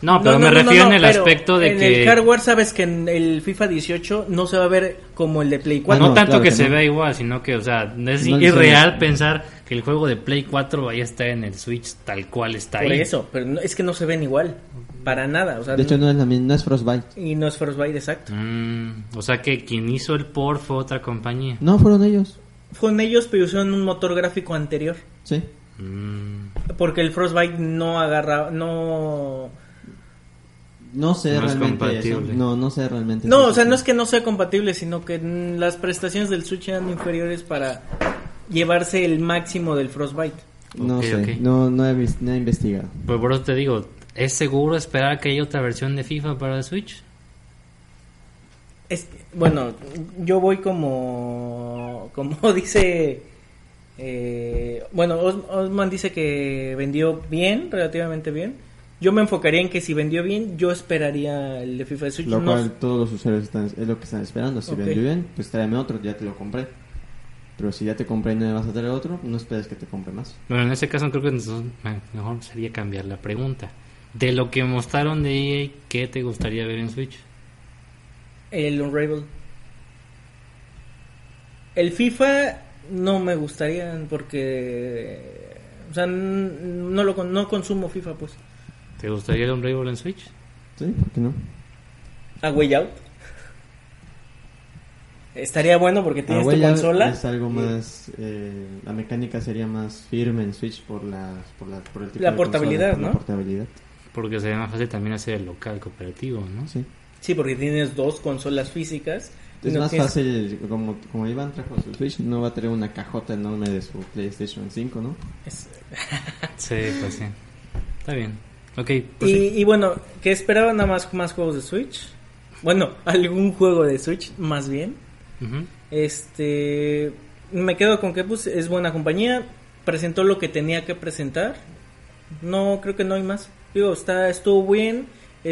No, pero me refiero en el aspecto de que... En el hardware sabes que en el FIFA 18 no se va a ver como el de Play 4. No tanto claro que se vea igual, sino que, o sea, es irreal pensar que el juego de Play 4 vaya a estar en el Switch tal cual está ahí. Por eso, pero es que no se ven igual, para nada. O sea, de hecho, no es Frostbite. Y no es Frostbite, exacto. O sea que quien hizo el port fue otra compañía. No, fueron ellos. Fueron ellos, pero usaron un motor gráfico anterior. Sí. Porque el Frostbite no agarra, no sé realmente eso. No sé realmente. No, o sea, no es que no sea compatible, sino que las prestaciones del Switch eran inferiores para llevarse el máximo del Frostbite. No sé, okay. No he investigado. Pues por eso te digo, ¿es seguro esperar que haya otra versión de FIFA para el Switch? Bueno, yo voy como dice... Osman dice que vendió bien, relativamente bien. Yo me enfocaría en que si vendió bien, yo esperaría el de FIFA de Switch. Lo cual todos los usuarios es lo que están esperando. Si vendió bien, pues tráeme otro, ya te lo compré. Pero si ya te compré y no me vas a traer otro, no esperes que te compre más. Bueno, en ese caso creo que mejor sería cambiar la pregunta. De lo que mostraron de EA, ¿qué te gustaría ver en Switch? El Unravel. El FIFA no me gustaría porque... O sea, no consumo FIFA, pues. ¿Te gustaría el Unravel en Switch? Sí, ¿por qué no? ¿A Way Out? Estaría bueno porque tienes tu consola. Es algo más... la mecánica sería más firme en Switch por el tipo la portabilidad, consola, ¿no? La portabilidad. Porque sería más fácil también hacer el local cooperativo, ¿no? Sí, porque tienes dos consolas físicas. Es más fácil, como Iván trajo su Switch, no va a tener una cajota enorme de su PlayStation 5, ¿no? Sí, pues sí. Está bien. Okay, pues y bueno, ¿qué esperaban nada más juegos de Switch? Bueno, algún juego de Switch, más bien. Uh-huh. Me quedo con que pues es buena compañía, presentó lo que tenía que presentar. No, creo que no hay más. Digo, estuvo bien.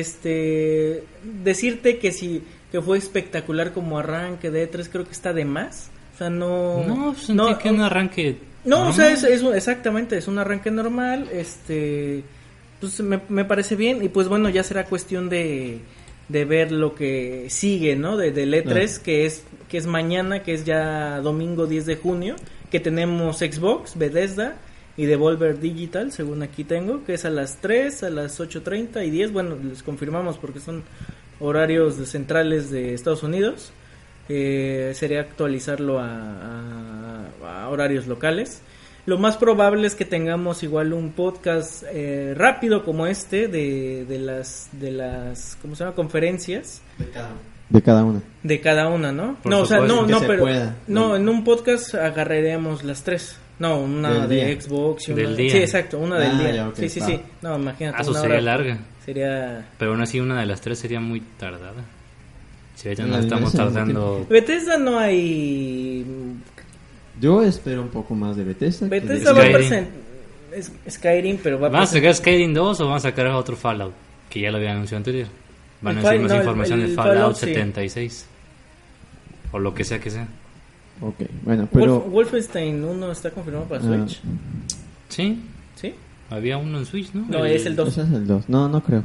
Decirte que fue espectacular como arranque de E3 creo que está de más. O sea, no sentí que un arranque. No, o sea, exactamente, es un arranque normal. Pues me parece bien y pues bueno, ya será cuestión de ver lo que sigue, ¿no? Del E3 que es mañana, que es ya domingo 10 de junio, que tenemos Xbox, Bethesda y Devolver Digital, según aquí tengo, que es a las 3, a las 8:30 y 10, bueno, les confirmamos porque son horarios centrales de Estados Unidos. Sería actualizarlo a horarios locales. Lo más probable es que tengamos igual un podcast rápido como de las ¿cómo se llama? Conferencias de cada una. De cada una, ¿no? Por no, supuesto, o sea, no, pero no, en un podcast agarraremos las tres. No, una de Xbox y una del día. Sí, exacto, una del día. Ya, okay, sí. No, imagínate. Eso sería larga. Sería... Pero aún así una de las tres sería muy tardada. Si ahorita no estamos tardando. Bethesda no hay. Yo espero un poco más de Bethesda. Bethesda va a presentar Skyrim, pero va a ¿Van a sacar Skyrim 2 o van a sacar otro Fallout? Que ya lo habían anunciado anterior. Van a anunciar más información de Fallout 76. Sí. O lo que sea que sea. Ok, bueno, pero... Wolfenstein 1 está confirmado para Switch. ¿Sí? ¿Sí? Había uno en Switch, ¿no? No, es el 2. Ese es el 2. No creo.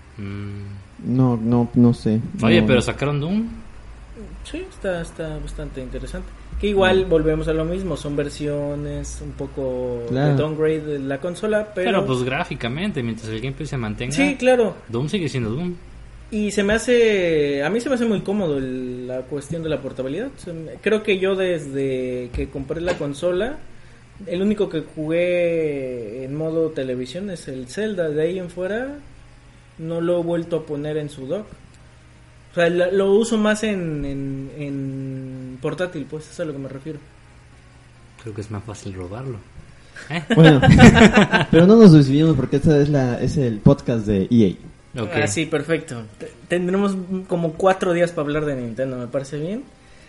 No sé. Oye, pero sacaron Doom. Sí, está bastante interesante. Que igual volvemos a lo mismo, son versiones un poco de downgrade de la consola, pero pues gráficamente, mientras el gameplay se mantenga. Sí, claro. Doom sigue siendo Doom. Y a mí se me hace muy cómodo la cuestión de la portabilidad. Creo que yo desde que compré la consola, el único que jugué en modo televisión es el Zelda. De ahí en fuera no lo he vuelto a poner en su dock. O sea, lo uso más en portátil, pues, eso es a lo que me refiero. Creo que es más fácil robarlo. Bueno, pero no nos desviemos porque esta es el podcast de EA. Okay. Sí, perfecto. Tendremos como 4 días para hablar de Nintendo, me parece bien.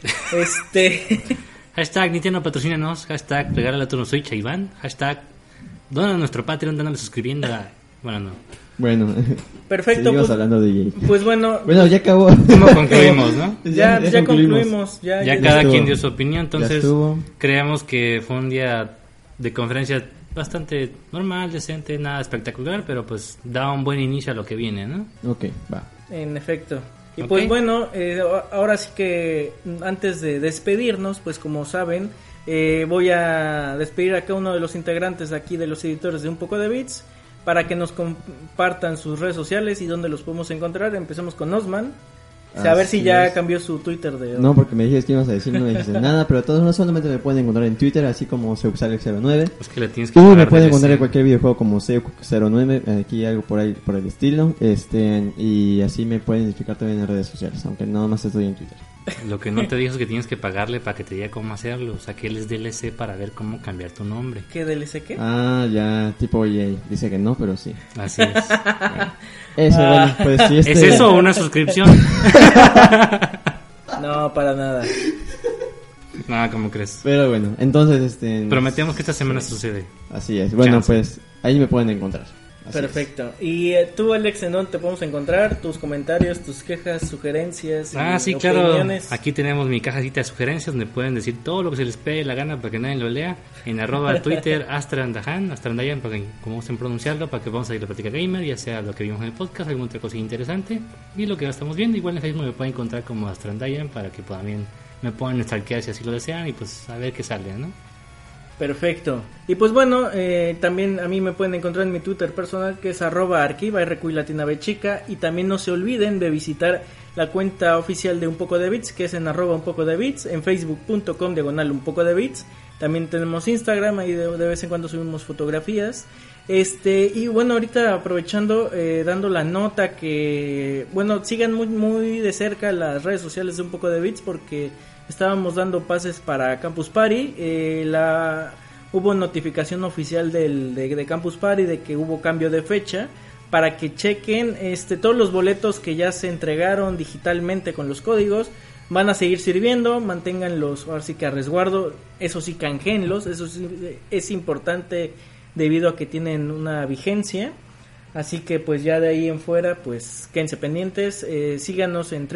Hashtag Nintendo patrocínanos. Hashtag regálale a tu Switch a Iván. Hashtag dona a nuestro Patreon, dándole suscribiendo a... Bueno, perfecto. Seguimos hablando de EA. Pues bueno, ya acabó. ¿Cómo concluimos, no? Ya concluimos. Ya cada quien dio su opinión. Entonces creemos que fue un día de conferencia bastante normal, decente, nada espectacular, pero pues da un buen inicio a lo que viene, ¿no? Ok, va. En efecto. Y pues bueno, ahora sí que antes de despedirnos, pues como saben, voy a despedir a cada uno de los integrantes aquí de los editores de Un Poco de Bits para que nos compartan sus redes sociales y dónde los podemos encontrar. Empecemos con Osman. A ver si ya cambió su Twitter de... No, porque me dijiste que ibas a decir, no me dijiste nada, pero de todos modos solamente me pueden encontrar en Twitter, así como Seuxalex09. Es que le tienes que... Y me pueden encontrar en cualquier videojuego como Seuxalex09, aquí algo por ahí, por el estilo, y así me pueden identificar también en redes sociales, aunque nada más estoy en Twitter. Lo que no te dijo es que tienes que pagarle para que te diga cómo hacerlo, o sea, que él es DLC para ver cómo cambiar tu nombre. ¿Qué DLC qué? Ah, ya, tipo EA, dice que no, pero sí. Así es. Eso, bueno, pues sí. ¿Es eso o una suscripción? No, para nada. Nada, ¿cómo crees? Pero bueno, entonces prometemos que esta semana sucede. Así es. Bueno, chance. Pues ahí me pueden encontrar. Así perfecto. Es. Y tú, Alex, ¿en dónde te podemos encontrar? Tus comentarios, tus quejas, sugerencias. Sí, opiniones. Claro. Aquí tenemos mi cajita de sugerencias donde pueden decir todo lo que se les pegue la gana para que nadie lo lea. En @Twitter, Astrandayan, para que, como gusten pronunciarlo, para que vamos a ir a la plática gamer, ya sea lo que vimos en el podcast, alguna otra cosa interesante y lo que ya estamos viendo. Igual en Facebook me pueden encontrar como Astrandayan para que también me puedan stalkear si así lo desean y pues a ver qué sale, ¿no? Perfecto. Y pues bueno, también a mí me pueden encontrar en mi Twitter personal, que es @arquiva, RQLatinaBchica, y también no se olviden de visitar la cuenta oficial de Un Poco de Bits, que es en @unpocodebits, en facebook.com/unpocodebits. También tenemos Instagram, ahí de vez en cuando subimos fotografías. Y bueno, ahorita aprovechando, dando la nota que, bueno, sigan muy, muy de cerca las redes sociales de Un Poco de Bits, porque estábamos dando pases para Campus Party. Hubo notificación oficial de Campus Party de que hubo cambio de fecha, para que chequen todos los boletos que ya se entregaron digitalmente con los códigos. Van a seguir sirviendo, manténganlos ahora sí que a resguardo, eso sí, canjéenlos, eso sí es importante debido a que tienen una vigencia. Así que pues ya de ahí en fuera, pues quédense pendientes, síganos en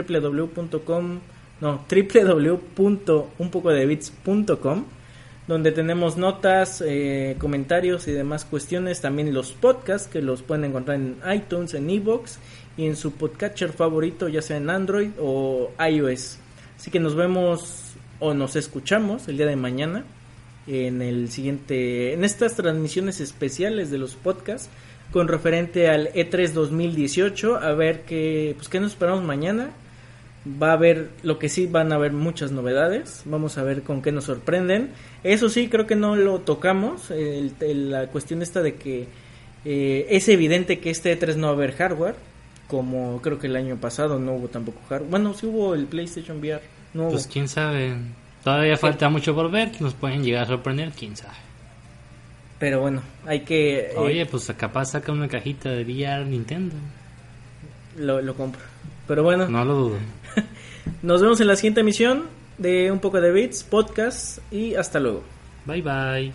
www.unpocodebits.com, donde tenemos notas, comentarios y demás cuestiones. También los podcasts que los pueden encontrar en iTunes, en iVoox y en su podcatcher favorito, ya sea en Android o iOS. Así que nos vemos o nos escuchamos el día de mañana en estas transmisiones especiales de los podcasts con referente al E3 2018. A ver qué nos esperamos mañana. Va a haber, lo que sí, van a haber muchas novedades. Vamos a ver con qué nos sorprenden. Eso sí, creo que no lo tocamos, la cuestión esta de que es evidente que este E3 no va a haber hardware, como creo que el año pasado no hubo tampoco hardware. Bueno, sí hubo el PlayStation VR, no hubo. Pues quién sabe, todavía falta mucho por ver, nos pueden llegar a sorprender, quién sabe. Pero bueno, hay que... Oye, pues capaz saca una cajita de VR Nintendo. Lo compro. Pero bueno, no lo dudo. Nos vemos en la siguiente emisión de Un Poco de Bits Podcast y hasta luego. Bye bye.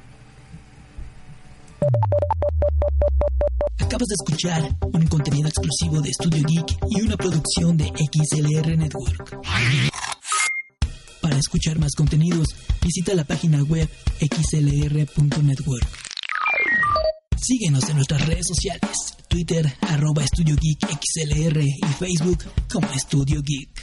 Acabas de escuchar un contenido exclusivo de Studio Geek y una producción de XLR Network. Para escuchar más contenidos, visita la página web xlr.network. Síguenos en nuestras redes sociales, Twitter @Studio Geek XLR y Facebook como Studio Geek.